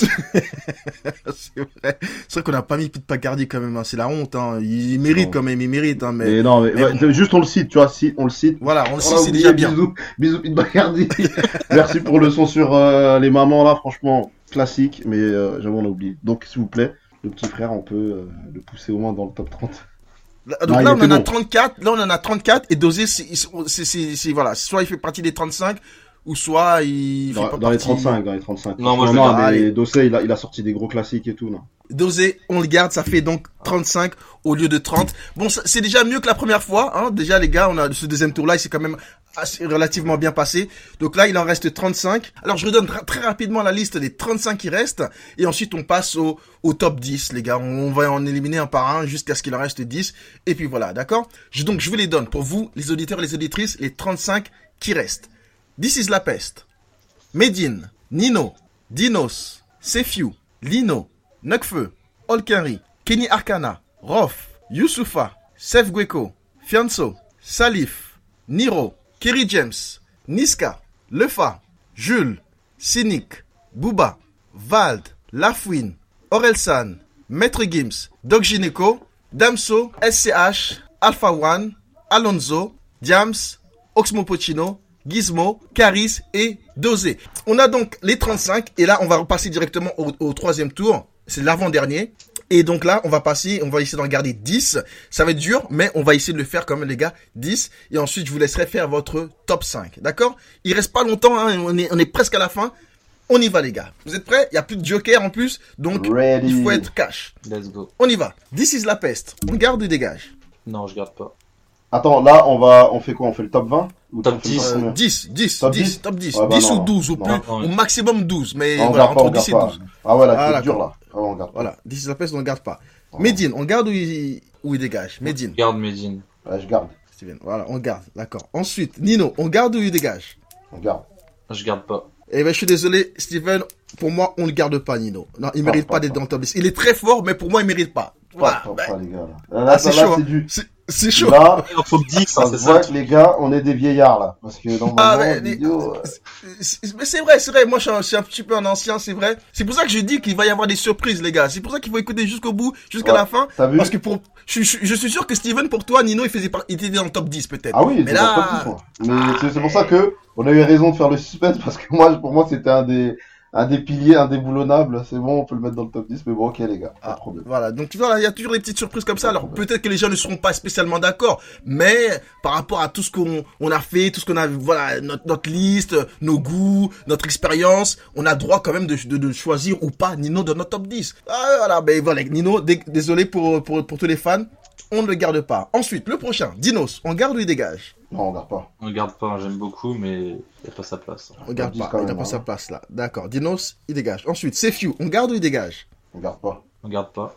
C'est vrai. C'est vrai qu'on n'a pas mis Pete Pacardi quand même, hein. C'est la honte, hein. Il mérite Non. quand même, il mérite, hein, mais... Mais non, mais, mais ouais, juste on le cite, tu vois, si on le cite. Voilà, on le On sait, a c'est oublié, déjà bien. Bisous, bisous Pete Bacardi. Merci pour le son sur euh, les mamans là, franchement, classique, mais euh, j'avoue on a oublié. Donc s'il vous plaît, le petit frère, on peut euh, le pousser au moins dans le top trente. Là- Non, Donc il là, on était en a bon. trente-quatre. Là, on en a trente-quatre. Et Dosé, c'est, c'est, c'est, c'est- voilà. Soit il fait partie des trente-cinq, ou soit il fait Dans, pas dans les partie. trente-cinq, dans les trente-cinq. Non, moi, je non, le garde. mais Allez. Dossé, il a, il a sorti des gros classiques et tout, non. Dosé, on le garde. Ça fait donc trente-cinq au lieu de trente. Bon, ça- c'est déjà mieux que la première fois, hein. Déjà, les gars, on a ce deuxième tour-là, il s'est quand même assez, relativement bien passé. Donc là, il en reste trente-cinq. Alors, je redonne tra- très rapidement la liste des trente-cinq qui restent. Et ensuite, on passe au, au top dix, les gars. On va en éliminer un par un jusqu'à ce qu'il en reste dix. Et puis voilà, d'accord? Je, donc, je vous les donne pour vous, les auditeurs et les auditrices, les trente-cinq qui restent. This is La Peste, Medine, Nino, Dinos, Sefiu, Lino, Nekfeu, Olkenri, Kenny Arcana, Rof, Youssoufa, Sef Gweko, Fianso, Salif, Niro, Kerry James, Niska, Lefa, Jules, Cynic, Booba, Vald, Lafouine, Orelsan, Maître Gims, Doc Gineco, Damso, S C H, Alpha One, Alonso, Diams, Oxmo Puccino, Gizmo, Caris et Dosé. On a donc les trente-cinq et là on va repasser directement au, au troisième tour. C'est l'avant-dernier. Et donc là, on va passer, on va essayer d'en garder dix. Ça va être dur, mais on va essayer de le faire quand même, les gars. dix. Et ensuite, je vous laisserai faire votre top cinq. D'accord? Il reste pas longtemps, hein. On est, on est presque à la fin. On y va, les gars. Vous êtes prêts? Il y a plus de joker en plus. Donc, Ready. il faut être cash. Let's go. On y va. This is La Peste. On garde ou dégage? Non, je garde pas. Attends, là, on va, on fait quoi? On fait le top vingt? Ou Top t'en fais dix. pas Euh, combien dix, dix, Top dix, dix top dix. Ouais, bah dix non, ou douze au non. plus, Non, au maximum douze, mais Ah, on voilà, garde pas, entre on garde dix et pas. douze. Ah ouais, la Ah, tête dure d'accord. là. Ah ouais, on garde pas. Voilà, dix la peste, on ne garde pas. Oh. Medine, on garde ou il, ou il dégage? Medine, Garde Medine. Ouais, je garde. Steven, voilà, on garde, d'accord. Ensuite, Nino, on garde ou il dégage? On garde. Je garde pas. Eh ben, je suis désolé, Steven, pour moi, on ne garde pas, Nino. Non, il Pas, mérite pas, pas d'être pas. dans le top dix. Il est très fort, mais pour moi, il mérite pas. Pas, Voilà, pas, ben, pas, les gars. Là, là, ah, c'est là, chaud, c'est hein. du. C'est c'est chaud. Là, Il en faut que dix, ça hein, se c'est voit ça. que les gars, on est des vieillards là. Parce que dans le Ah, moment, ouais, les- vidéo. euh, C'est- Mais c'est vrai, c'est vrai. Moi, je suis, un, je suis un petit peu un ancien, c'est vrai. C'est pour ça que je dis qu'il va y avoir des surprises, les gars. C'est pour ça qu'il faut écouter jusqu'au bout, jusqu'à Ouais. la fin. T'as vu Parce que pour, je, je, je suis sûr que Steven, pour toi, Nino, il faisait par- il était dans le top dix, peut-être. Ah oui, mais c'est dans le top là, dix, moi. Mais c'est c'est pour ça que on a eu raison de faire le suspense parce que moi, pour moi, c'était un des, un des piliers indéboulonnables. C'est bon, on peut le mettre dans le top dix, mais bon, ok, les gars, pas de Ah, problème. voilà, donc voilà, il y a toujours des petites surprises comme ça. Alors peut-être que les gens ne seront pas spécialement d'accord, mais par rapport à tout ce qu'on on a fait, tout ce qu'on a, voilà, notre, notre liste, nos goûts, notre expérience, on a droit quand même de, de, de choisir ou pas Nino dans notre top dix. Ah, voilà, ben voilà, Nino, dé- désolé pour, pour, pour tous les fans, on ne le garde pas. Ensuite, le prochain, Dinos, on garde ou il dégage? Non, on garde pas. On garde pas, hein, j'aime beaucoup, mais il n'y a pas sa place. On garde dix pas, quand il n'a même, pas hein. sa place là. D'accord, Dinos, il dégage. Ensuite, Sefiu, on garde ou il dégage? On garde pas. On garde pas.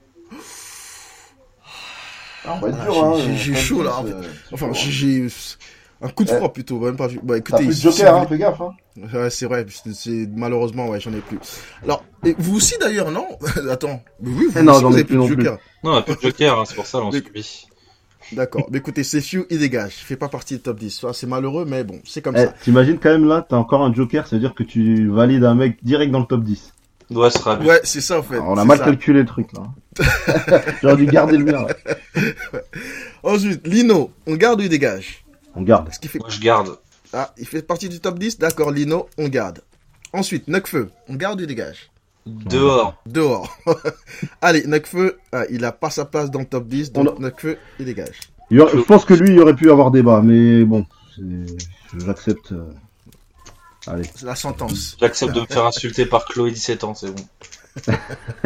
Ah, on va être Ah, dur, j'ai- hein. j'ai- euh, j'ai top chaud, dix, là. euh, c'est Enfin, chaud, hein. j'ai j'ai un coup de Eh, froid plutôt, même pas. Bon, T'as écoutez, plus de si joker, vous hein, fais gaffe, hein. Ouais, c'est vrai, c'est- c'est malheureusement, ouais, j'en ai plus. Alors, et vous aussi d'ailleurs, non? Attends, mais oui, vous Eh non, aussi, j'en vous ai avez plus de non plus. joker. Non, on a plus de joker, hein, c'est pour ça, là, on Mais- subit. D'accord, mais écoutez, Sefiu, il dégage, il fait pas partie du top dix. Ça, c'est malheureux, mais bon, c'est comme Eh, ça. t'imagines quand même là, t'as encore un joker, ça veut dire que tu valides un mec direct dans le top dix. Ouais, ce sera bien. Ouais, c'est ça en fait. Alors, on a c'est mal ça. calculé le truc là. J'aurais dû garder le mien. là. Ensuite, Lino, on garde ou il dégage? On garde. Est-ce qu'il fait... Moi, je garde. Ah, il fait partie du top dix? D'accord, Lino, on garde. Ensuite, Necfeu, on garde ou il dégage? Dehors. Dehors. Allez, Necfeu, ah, il a pas sa place dans le top dix, donc On Necfeu, il dégage. Il y aurait- Je pense que lui, il aurait pu avoir débat, mais bon, c'est- j'accepte. euh, Allez. C'est la sentence. J'accepte de me faire insulter par Chloé, dix-sept ans, c'est bon.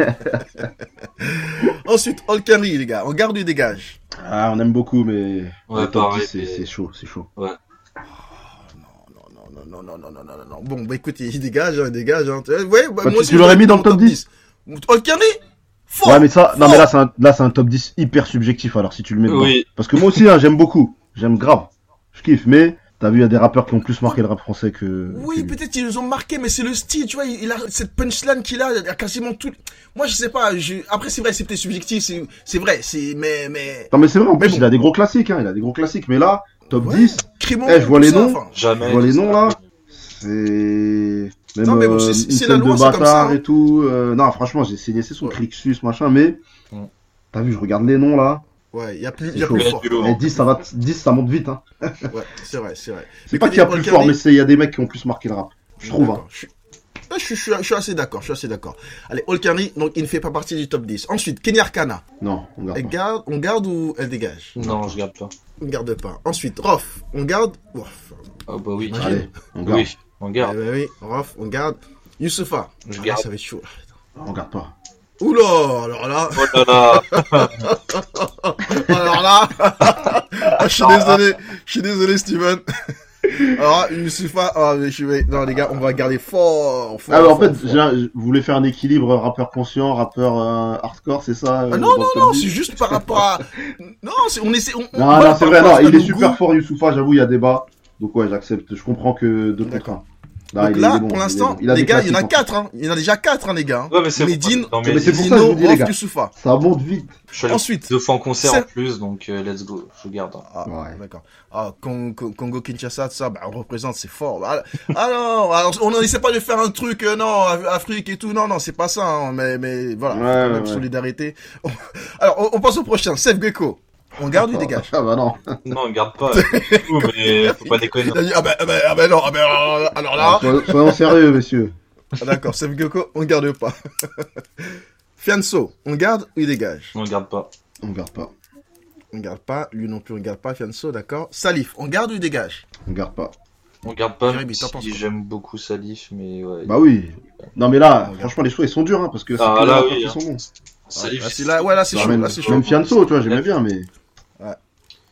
Ensuite, Olkari, les gars, on garde ou il dégage? Ah, on aime beaucoup, mais Ouais, le top pareil, dix, c'est mais- c'est chaud, c'est chaud. Non, non, non, non, non, non, non, non. Bon, bah écoutez, il dégage, hein, il dégage. Hein. Ouais, bah, Bah, moi tu- aussi, tu l'aurais j'aurais mis dans le top dix. Olkari? Fort. Ouais, mais ça, non, fort. mais là, c'est un, là, c'est un top dix hyper subjectif, alors si tu le mets dedans. Oui. Parce que moi aussi, hein, j'aime beaucoup. J'aime grave. Je kiffe, mais t'as vu, il y a des rappeurs qui ont plus marqué le rap français que. Oui, que lui. peut-être ils nous ont marqué, mais c'est le style, tu vois, il, il a cette punchline qu'il a, il a quasiment tout. Moi, je sais pas, je... après, c'est vrai, c'est peut-être subjectif, c'est, c'est vrai, c'est, mais, mais. Non, mais c'est vrai, en Mais plus, bon. il a des gros classiques, hein, il a des gros classiques, mais là, top Ouais. dix, Crimon, Eh, je vois tout les ça, noms. enfin. Jamais. je vois les ça noms sera là, c'est. Même Non, mais bon, c'est- euh, c'est une la scène loi, de c'est comme bâtard ça, hein. et tout. euh, Non, franchement, j'ai saigné, c'est son Ouais. Crixus, machin, mais. Mm. T'as vu, je regarde les noms là. Ouais, il y a plus, C'est il y a chaud. plus Il y a fort. du lourd. Et dix, ça va, dix, ça monte vite, hein. Ouais, c'est vrai, c'est vrai. C'est pas qu'il y a plus Olkari- fort, mais c'est, il y a des mecs qui ont plus marqué le rap. Je trouve, hein. D'accord, Je suis... Ouais, je, suis, je, suis, je suis assez d'accord, je suis assez d'accord. Allez, Olkari, donc il ne fait pas partie du top dix. Ensuite, Kenny Arcana. Non, on garde Elle pas. garde, on garde ou elle dégage? Non, je garde pas. On garde pas. Ensuite, Rof, on garde. Ouf. Ah bah oui. Allez, on garde. Oui, on garde. Eh ben oui, Rof, on garde. Youssoufa. Je Ah, garde. ça va être chaud. On garde pas. Oula, alors là, Oh là là. alors là, ah, je suis désolé, je suis désolé, Steven. Alors, là, Youssoufa, ah, mais je suis, non, les gars, on va garder fort, fort. Ah, bah, en fort, fait, fort. j'ai- je voulais faire un équilibre rappeur conscient, rappeur euh, hardcore, c'est ça euh, Ah, non, dans non, le top non, dix? c'est juste par rapport à, non, c'est, on essaie, on, on- Non, voilà, non, c'est par vrai, rapport non, à il est nos super goûts. fort, Youssoufa, j'avoue, il y a débat. Donc, ouais, j'accepte. Je comprends que deux contre D'accord. un. Donc il est- là, il est bon, pour il est l'instant, bon. Il a les des gars, il y en a classiques, en quatre, hein. Il y en a déjà quatre, hein, les gars. Ouais, mais c'est Medine, non, mais mais c'est pour ça que je Dino, vous dis, les Rof, gars. Youssoufa. fait. Ça monte vite. je suis allé Ensuite, deux fois en concert c'est- en plus, donc euh, let's go. Je garde. Ah, Ouais. d'accord. Ah, Con- Con- Congo Kinshasa, tout ça, bah, on représente, c'est fort. Ah, ah non, alors, on n'essaie pas de faire un truc, euh, non, Af- Afrique et tout, non, non, c'est pas ça, hein, mais, mais voilà, Ouais, quand même ouais. solidarité. Alors, on, on passe au prochain, Sef Gecko. On garde ou il dégage? Ah, bah non. Non, on garde pas. c'est tout, mais faut pas déconner. Il a dit, ah ben, ah ben, ah ben non, ah ben, alors, alors là, Soyons- Soyons sérieux, messieurs. ah, d'accord, Sef Gecko, on garde pas. Fianso, on garde ou il dégage? On garde pas. On garde pas. On garde pas, lui non plus, on garde pas, Fianso, d'accord. Salif, on garde ou il dégage? On garde pas. On garde pas. Jérémy, Même t'en penses si quoi j'aime beaucoup Salif, mais ouais. Bah oui. Non, mais là, On garde. franchement, les choix, ils sont durs, hein, parce que c'est Ah, que les là, rappeurs oui, qui hein. sont bons. Salif. Ah, c'est là, ouais, là, c'est Bah, chaud, même, là, c'est chaud. même Fianso, tu vois, j'aimais bien, mais.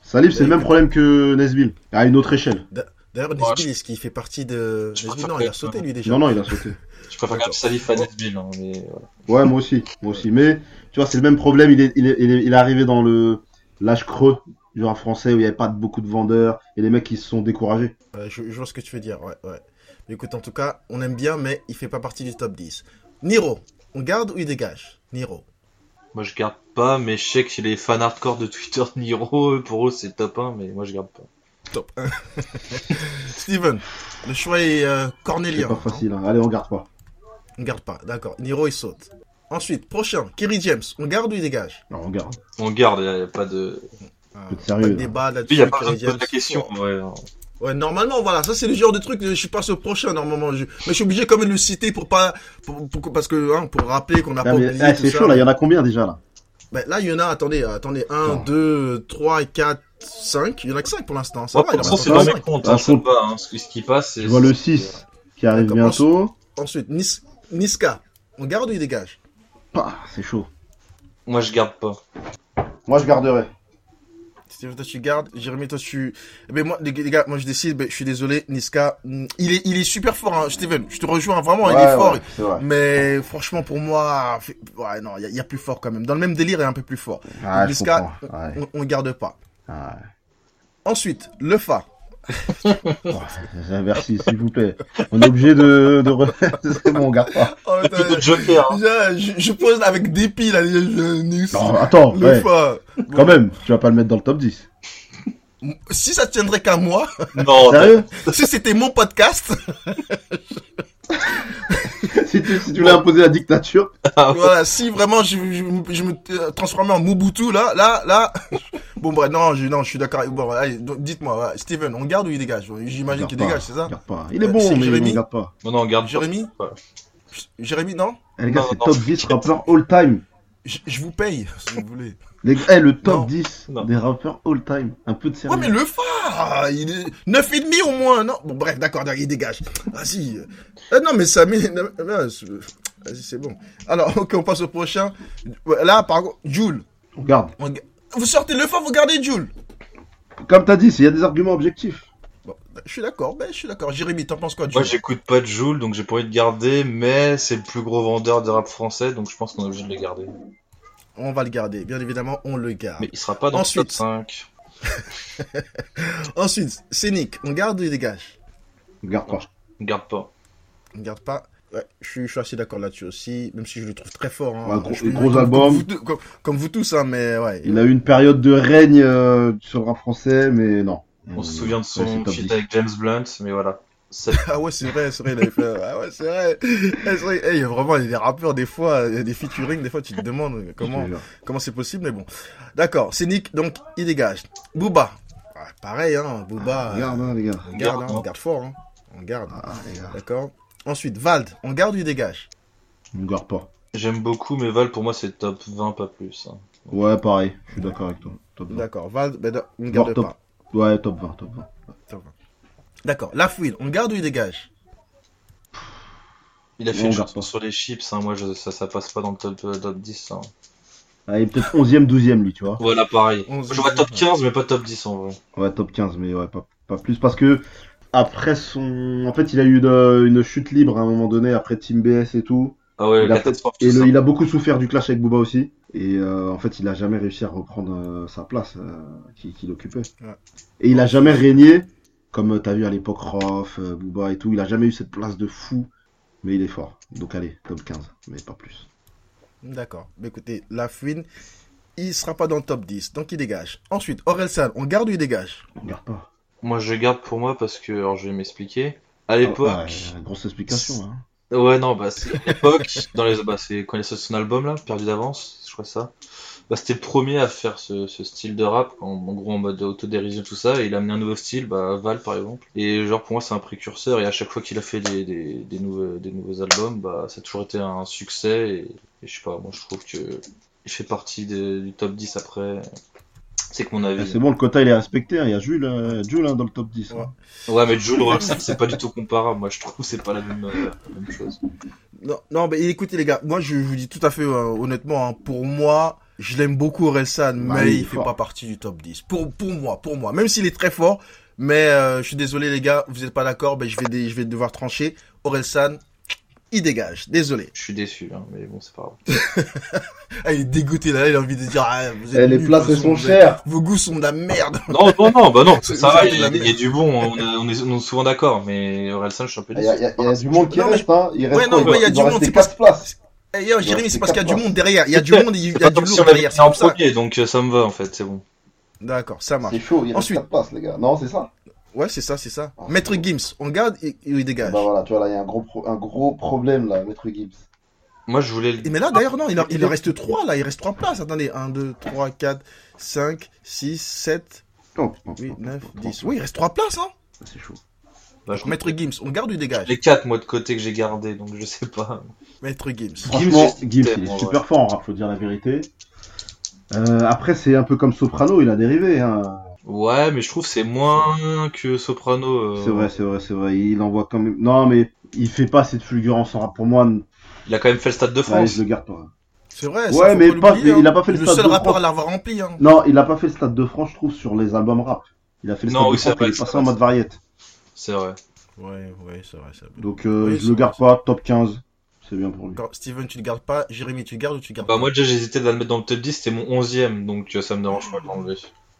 Salif, c'est Mais le même écoute- problème que Nesbill, à une autre échelle. D'ailleurs, Ouais, Nesbill, je- est-ce qu'il fait partie de... je Nesbill, préfère non, que- il a sauté, lui, déjà. Non, non, il a sauté. Je préfère D'accord. quand Salif à Nesbill, hein, mais voilà. Ouais, moi aussi, moi aussi. Mais tu vois, c'est le même problème. Il est, il est, il est, il est arrivé dans le l'âge creux du rap français où il n'y avait pas beaucoup de vendeurs et les mecs ils se sont découragés. Ouais, je, je vois ce que tu veux dire, ouais, ouais. Mais écoute, en tout cas, on aime bien, mais il fait pas partie du top dix. Niro, on garde ou il dégage? Niro. Moi je garde pas, mais je sais que les fans hardcore de Twitter de Niro, pour eux c'est top un, mais moi je garde pas. Top un. Steven, le choix est euh, C'est cornélien. pas facile. Hein. Allez, on garde pas. On garde pas, d'accord. Niro, il saute. Ensuite, prochain, Kerry James, on garde ou il dégage? Alors, on garde. On garde, y a pas de. Ah, peu de sérieux, pas de là. débat Il là-dessus. y a pas besoin Kerry de poser la James. question. Ouais, non. Ouais, normalement, voilà, ça c'est le genre de truc, je suis passe au prochain, normalement. Je... Mais je suis obligé quand même de le citer pour pas, pour, pour- parce que, hein, pour rappeler qu'on n'a Ah, pas mais, oublié ah, tout c'est ça. chaud là. Il y en a combien déjà là? Ben, là, il y en a, attendez, attendez, un, Non. deux, trois, quatre, cinq. Il y en a que cinq pour l'instant. Ça Ouais, va, il en pour reste ça c'est encore dans cinq. mes comptes, Ah, hein, ça faut- va, hein. Ce qui- ce qui passe, c'est. Je vois le c'est- six qui arrive D'accord. bientôt. Ensuite, Nis- Niska, on garde ou il dégage? Pah, c'est chaud. Moi je garde pas. Moi, je garderai. Steven, toi tu gardes, Jérémy, toi tu... Mais moi, les, les gars, moi je décide, ben, je suis désolé, Niska, mm, il est, il est super fort, hein, Steven, je te rejoins, vraiment, il Ouais, est fort. ouais, c'est vrai. Mais franchement, pour moi, fait- ouais, non, il y, a- il y a plus fort quand même. Dans le même délire, il y a un peu plus fort. Ah, je Niska, comprends. Ouais. on, on garde pas. Ouais. Ensuite, le Fa. Oh, merci, s'il vous plaît. On est obligé de, de refaire. C'est bon, on garde pas. Oh, Plutôt de Joker, hein. je, je, je pose avec dépit, là, les- le, Nis- Non, attends, le ouais. Fa. Quand même, tu vas pas le mettre dans le top dix. Si ça tiendrait qu'à moi, Non, Sérieux? si c'était mon podcast, si tu, si tu voulais imposer la dictature. voilà, si vraiment je, je, je me euh, transformais en Mobutu, là, là, là. Bon, bref, non, je, non, je suis d'accord. Bon, allez, donc, dites-moi, ouais, Steven, on garde ou il dégage? J'imagine Garde qu'il pas, dégage, c'est ça? garde pas. Il est Euh, bon, c'est mais Jérémy on garde pas. non, non, on garde pas. Jérémy Ouais. Jérémy, non? Eh, les gars, Non, c'est non, top je- dix rappeurs all time. je, je vous paye, si vous voulez. Les gars, eh, le top Non. dix Non. des rappeurs all time. Un peu de sérieux. Ouais, mais le phare, il est neuf et demi au moins, non? Bon, bref, d'accord, d'accord, il dégage. Vas-y. Euh, non, mais ça met, non, non, c'est- vas-y, c'est bon. Alors, ok, on passe au prochain. Ouais, là, par contre, Jules. On garde. on ga- Vous sortez le phare, vous gardez Jules. Comme t'as dit, s'il y a des arguments objectifs. Bon, je suis d'accord, ben, je suis d'accord. Jérémy, t'en penses quoi, Jules? Moi j'écoute pas de Jul, donc j'ai pas envie de garder, mais c'est le plus gros vendeur de rap français, donc je pense qu'on est obligé de le garder. On va le garder, bien évidemment, on le garde. Mais il sera pas dans Ensuite. le top cinq. Ensuite, Scénic, on garde ou il dégage? On garde pas. On garde pas. On garde pas. Ouais, je suis, je suis assez d'accord là-dessus aussi, même si je le trouve très fort. Hein, Ouais, gros- Franchement, gros comme- album. Comme vous, tous- comme, comme vous tous, hein, mais ouais. Il a eu une période de règne euh, sur le rap français, mais non. On se souvient de Ouais, c'est son top feat dix. avec James Blunt, mais voilà. Ça- Ah ouais, c'est vrai, c'est vrai, il avait fait. Ah ouais, c'est vrai. Eh, c'est vrai. Eh, il y a vraiment il y a des rappeurs, des fois, il y a des featuring, des fois, tu te demandes comment Je te jure. comment c'est possible, mais bon. D'accord, Scénic, donc, il dégage. Booba. Ah, pareil, hein, Booba. On garde, hein, les gars. On garde, hein, Garde, on garde fort, hein. On garde. Ah, les gars. D'accord. Ensuite, Vald, on garde ou il dégage? On garde pas. J'aime beaucoup, mais Val pour moi c'est top vingt, pas plus. hein. Ouais, pareil. Je suis d'accord avec toi. Top vingt. D'accord, Vald, ben, on garde top. pas. Ouais, top vingt, top vingt. Ça va. D'accord, La Fouine, on garde ou il dégage? Il a fait On une garde chanson pas. sur les chips, hein, moi je, ça, ça passe pas dans le top, euh, top dix. hein. Ah, il est peut-être onzième, douzième, lui, tu vois. Voilà, pareil. onze, Je vois top douze, quinze, mais pas top dix en vrai. Ouais, top quinze, mais ouais, pas, pas plus. Parce que, après son. En fait, il a eu une, une chute libre à un moment donné, après Team B S et tout. Ah ouais, Il a, catastrophe, tout et ça. le- il a beaucoup souffert du clash avec Booba aussi. Et euh, en fait, il a jamais réussi à reprendre euh, sa place euh, qu'il qu'il occupait. Ouais. Et il a jamais régné, comme tu as vu à l'époque Rof, euh, Booba et tout. Il a jamais eu cette place de fou. Mais il est fort. Donc allez, top quinze, mais pas plus. D'accord. Mais écoutez, La Fouine, il sera pas dans le top dix, donc il dégage. Ensuite, Orelsan, on garde ou il dégage? On garde pas. Moi je garde pour moi parce que, alors je vais m'expliquer. À l'époque, Ah, ouais, grosse explication. Hein. ouais, non, bah, c'est à l'époque, dans les, bah, c'est quand il a sorti son album, là, Perdu d'avance, je crois ça. Bah, c'était le premier à faire ce, ce style de rap, en, en gros, en mode autodérision, tout ça, et il a amené un nouveau style, bah, Val, par exemple. Et, genre, pour moi, c'est un précurseur, et à chaque fois qu'il a fait des, des, des nouveaux, des nouveaux albums, bah, ça a toujours été un succès, et, et je sais pas, moi, je trouve que il fait partie de- du top dix après. C'est que mon Ah, avis. c'est bon, le quota il est respecté. hein. Il y a Jules, euh, Jules hein, dans le top dix. hein. Ouais. Ouais, mais Jules Orelsan, c'est pas du tout comparable, moi, je trouve, c'est pas la même, euh, la même chose. Non, non, mais écoutez les gars, moi je vous dis tout à fait euh, honnêtement, hein, pour moi, Je l'aime beaucoup, Orelsan, Bah, mais il est il fait fort. pas partie du top dix. Pour, pour moi, pour moi. Même s'il est très fort, mais euh, je suis désolé, les gars, vous êtes pas d'accord, ben je vais, dé- je vais devoir trancher. Orelsan, il dégage. Désolé. Je suis déçu, hein, mais bon, c'est pas grave. Ah, il est dégoûté, là, il a envie de dire, ah, vous êtes Eh, les nuls, places, de toute elles sont façon, vous chères. êtes- Vos goûts sont de la merde. Non, non, non, bah non, ça, C'est- ça va, c'est il y, la a- il y a merde. du bon, on, a- on est, on est souvent d'accord, mais Orelsan, je suis un peu Il y a, déçu. il y a- il y a du monde qui Non, mais reste, hein. Il reste Ouais, quoi non, ouais, il y a il du doit monde, rester c'est parce- quatre places. Eh, yo, Ouais, Jérémy, c'est c'est parce qu'il y a quatre du places. monde derrière. Il y a du monde, il y C'est a pas du comme si lourd on avait derrière. fini C'est en pour ça. premier, donc euh, ça me va, en fait, c'est bon. D'accord, ça marche. C'est chaud, il reste Ensuite. quatre places, les gars. Non, c'est ça. Ouais, c'est ça, c'est ça. Ah, Maître c'est bon. Gims, on garde et, et il dégage. Bah voilà, tu vois, là, il y a un gros, pro- un gros problème, là, Maître Gibbs. Moi, je voulais le... Et mais là, d'ailleurs, non, il, en- il en reste trois, là. Il reste trois places. Attendez, un, deux, trois, quatre, cinq, six, sept, Oh, putain, huit, putain, neuf, putain, dix. Oui, il reste trois places, hein. putain, c'est chaud. bah, je- Maître Gims, on garde ou il dégage? les quatre, moi, de côté que j'ai gardé, donc je sais pas. Maître Gims. Franchement, j'ai- Gibbs, il est ouais. super fort en rap, faut dire la vérité. Euh, après, c'est un peu comme Soprano, il a dérivé, hein. Ouais, mais je trouve que c'est moins que Soprano. euh, C'est vrai, c'est vrai, c'est vrai. Il envoie quand même. Non, mais il fait pas cette fulgurance en rap. Pour moi, Il a quand même fait le Stade de ouais, France. je le garde pas. C'est vrai, Ouais, ça, faut mais pas pas- l'oublier, mais il a hein. pas fait le le Stade seul de rappeur France. à l'avoir rempli, hein. Non, il a pas fait le Stade de France, je trouve, sur les albums rap. Il a fait le Non, Stade oui, de c'est France, vrai, il est c'est passé vrai, en mode c'est- variette. C'est vrai. Ouais, ouais, c'est vrai, c'est vrai. Donc, euh, Oui, je c'est le garde vrai, pas, top quinze. C'est bien pour lui. D'accord, Steven, tu le gardes pas. Jérémy, tu le gardes ou tu le gardes Bah, pas? moi, déjà, j'hésitais de le mettre dans le top dix, c'était mon onzième, donc euh, ça me dérange pas de l'enlever.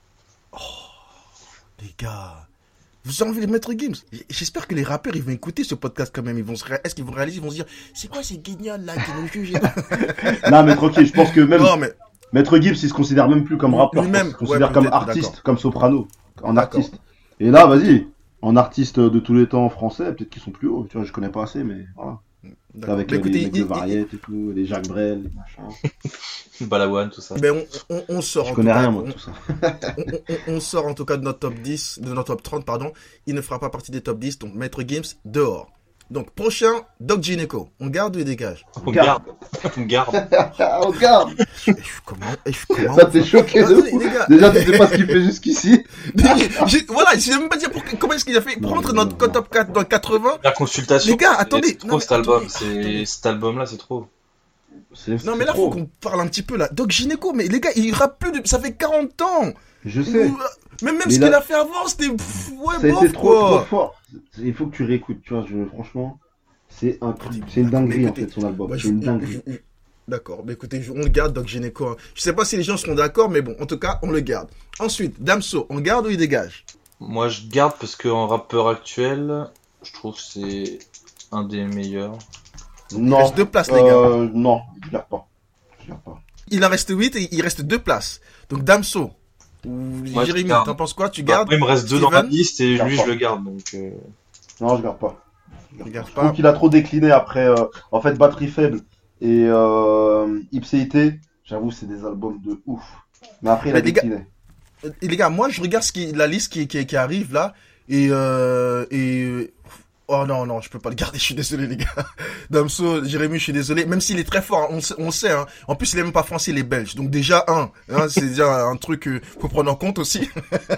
Les gars, vous avez envie de mettre Gims? J'espère que les rappeurs, ils vont écouter ce podcast quand même. Ils vont se ré- Est-ce qu'ils vont réaliser? Ils vont se dire, c'est quoi ces guignols là qui nous jugent? Non, mais tranquille, je pense que même Non, mais Maître Gibbs, il se considère même plus comme Lui- rappeur. lui-même, Il se considère ouais, comme peut-être, artiste, d'accord. comme Soprano, en D'accord. artiste. Et là, vas-y, en artiste de tous les temps français, peut-être qu'ils sont plus hauts. Tu vois, je connais pas assez, mais voilà. d'accord. Avec Mais euh, écoutez, les mecs il- de Variette et tout, les Jacques Brel, les machins. Balawan, tout ça. il- ben, on, on, on sort. Je en connais tout rien, cas, moi, on- de tout ça. on, on- on sort en tout cas de notre top dix, de notre top trente, pardon. Il ne fera pas partie des top dix, donc Maître Gims, dehors. Donc, prochain, Doc Gineco. On garde ou il dégage? On garde. On garde. Ah, regarde. Eh, je suis comment, eh, je suis comment? Ça t'es choqué de Attendez, fou. les gars. Déjà, tu sais pas ce qu'il fait jusqu'ici. J'ai- Voilà, je sais même pas dire pour- comment est-ce qu'il a fait pour Non, rentrer non, dans non, notre top quatre, dans le quatre-vingts. La consultation. Les gars, c'est- attendez. C'est Non, trop mais cet album. attendez, C'est attendez. cet album-là, c'est trop. C'est- Non, c'est mais là, trop. faut qu'on parle un petit peu, là. Doc Gineco, mais les gars, il rappe plus de... Ça fait quarante ans. Je sais. Ou- Même, même Mais ce là- qu'il a fait avant, c'était... pff, Ouais, Ça a bof, été trop, quoi. trop fort. Il faut que tu réécoutes, tu vois, je, franchement, c'est un truc, c'est une dinguerie en Écoutez, fait son album, Bah, c'est je- une je- dinguerie. je- D'accord, mais écoutez, je- on le garde, Doc Gineco. Hein. Je sais pas si les gens seront d'accord, mais bon, en tout cas, on le garde. Ensuite, Damso, on garde ou il dégage? Moi, je garde parce qu'en rappeur actuel, je trouve que c'est un des meilleurs. Il Non, reste deux places, les gars. euh, non, je garde pas, je garde pas. Il en reste huit et il reste deux places. Donc, Damso. Ou Moi, je Jérémy, garde. t'en penses quoi? Tu Bah, gardes? moi, il me reste deux dans la Steven liste et Garde lui, pas. je le garde. Donc, euh, Non, je garde pas. Je Je garde Je pas. trouve qu'il a trop décliné après, euh, en fait, Batterie Faible et euh, Ipséité, j'avoue, c'est des albums de ouf. Mais après, il a Mais les gars- décliné. Et les gars, moi je regarde ce qui, la liste qui, qui, qui arrive là et euh, et oh non non, je peux pas le garder, je suis désolé les gars. Damso, Jérémy, je suis désolé, même s'il est très fort, hein, on, sait- on sait hein. En plus, il est même pas français, il est belge. Donc déjà un, hein, c'est déjà un truc euh, faut prendre en compte aussi.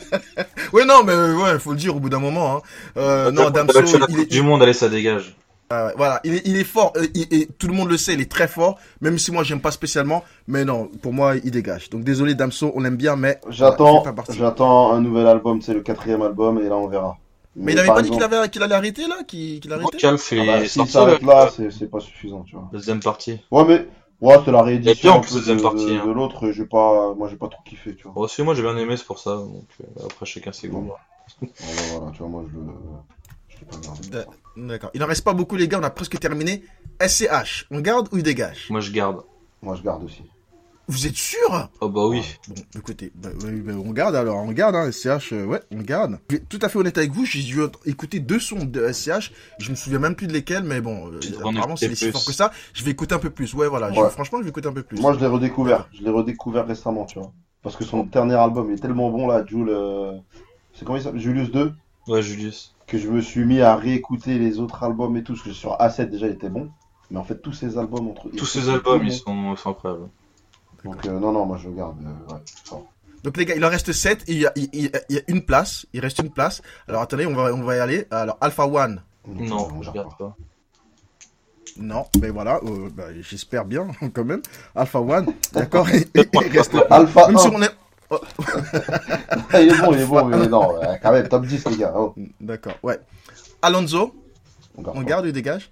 Ouais non, mais ouais, faut le dire au bout d'un moment hein. Euh, non, T'as Damso, battu la il Coupe est, du monde, allez, ça dégage. euh, voilà, il est, il est fort, euh, il- et tout le monde le sait, il est très fort, même si moi j'aime pas spécialement, mais non, pour moi il dégage. Donc désolé Damso, on l'aime bien, mais J'attends, il fait pas partie. j'attends un nouvel album, c'est le quatrième album, et là, on verra. Mais il avait par pas dit qu'il exemple- avait, qu'il allait arrêter là, qu'il, qu'il arrêtait. Vocal fait Ah bah, s'il sortir s'arrête le- là, c'est c'est pas suffisant, tu vois. la deuxième partie. Ouais, mais ouais, c'est la Il y a réédition bien en un plus peu la deuxième de, partie, de- hein. de l'autre, j'ai pas, moi j'ai pas trop kiffé, tu vois. Bon, aussi, moi, j'ai bien aimé, c'est pour ça. Donc, euh, après, chacun ses goûts. Ouais, voilà, tu vois, moi je le, je l'ai pas gardé. D'a- D'accord. Il en reste pas beaucoup les gars, on a presque terminé. S C H, on garde ou il dégage? Moi, je garde. Moi je garde aussi. Vous êtes sûr? Oh, bah oui. Bon, écoutez, bah, ouais, bah, on garde alors, on garde, hein, S C H, euh, ouais, on garde. Je vais être tout à fait honnête avec vous, j'ai dû écouter deux sons de S C H, je me souviens même plus de lesquels, mais bon, euh, Tu devrais en apparemment c'est écouter si fort plus. que ça. Je vais écouter un peu plus, ouais, voilà, je- Ouais. franchement, je vais écouter un peu plus. Moi je l'ai redécouvert, je l'ai redécouvert récemment, tu vois. Parce que son dernier album il est tellement bon là, Jules, euh, c'est comment il s'appelle, Julius deux, Ouais, Julius. que je me suis mis à réécouter les autres albums et tout, parce que sur A sept déjà il était bon. Mais en fait tous ces albums entre Tous ils ces sont albums, bons. ils sont, ils sont incroyables. Donc euh, non non, moi je le garde, euh, ouais, fort. Donc les gars, il en reste sept et il y a, il, il- il y a une place, il reste une place. Alors attendez, on va, on va y aller. Alors Alpha One, Non, on je garde garde pas. Non, mais voilà, euh, bah, j'espère bien, quand même. Alpha One, d'accord. Et- et- et reste- Alpha Même si un. on est... Il est bon, il est bon, mais non, ouais, quand même, top dix, les gars. Oh. D'accord, ouais. Alonso, On garde on pas. garde ou il dégage?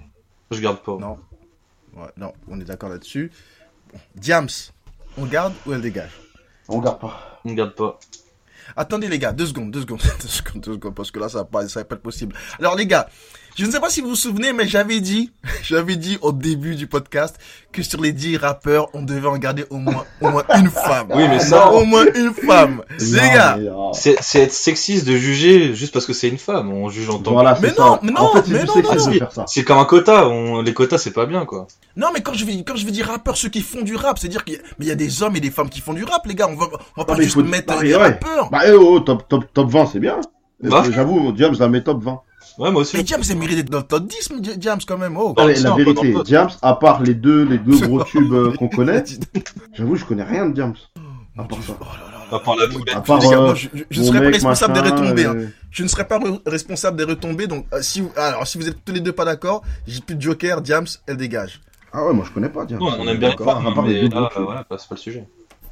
Je garde pas. Non. Ouais, non, on est d'accord là-dessus. Bon. Diams, on garde ou elle dégage? On garde pas. On garde pas. Attendez les gars, deux secondes, deux secondes, deux secondes, deux secondes, parce que là ça va pas, ça va pas être possible. Alors les gars, je ne sais pas si vous vous souvenez, mais j'avais dit, j'avais dit au début du podcast que sur les dix rappeurs, on devait en garder au moins, au moins une femme. Oui, mais ça- au moins une femme. Les Non, gars, mais, euh, C'est c'est être sexiste de juger juste parce que c'est une femme. On juge en tant Voilà, Mais c'est non, ça. mais En non, fait, c'est mais du non, sexisme non, de non. faire ça. C'est comme un quota. On... Les quotas, c'est pas bien, quoi. non mais quand je vais, quand je vais dire rappeurs, ceux qui font du rap, c'est-à-dire qu'il y a, mais il y a des hommes et des femmes qui font du rap, les gars. On va, on va pas mais juste faut- mettre non, euh, mais des ouais. rappeurs. Bah, eh, oh, top, top, top vingt, c'est bien. Euh, Bah. J'avoue, Diams, la met top vingt. Ouais, moi aussi. Mais Diams, elle mérite d'être dans le top dix, mais Diams quand même. Oh. Non, Allez, c'est la un vérité, peu dans le- Diams, à part les deux, les deux gros tubes euh, qu'on connaît, j'avoue, je connais rien de Diams. À part ça. Oh là là là. À part la poulette. À part, Les gars, euh, moi, je, je- je ne mon serais pas mec, responsable des machin, retombées. hein. euh, Je ne serais pas re- responsable des retombées. Donc, euh, si vous, alors, si vous êtes tous les deux pas d'accord, j'ai plus de Joker, Diams, elle dégage. Ah ouais, moi je connais pas Diams. Non, on aime bien les D'accord, femmes, à part les mais deux là, gros euh, tubes. voilà, bah, c'est pas le sujet.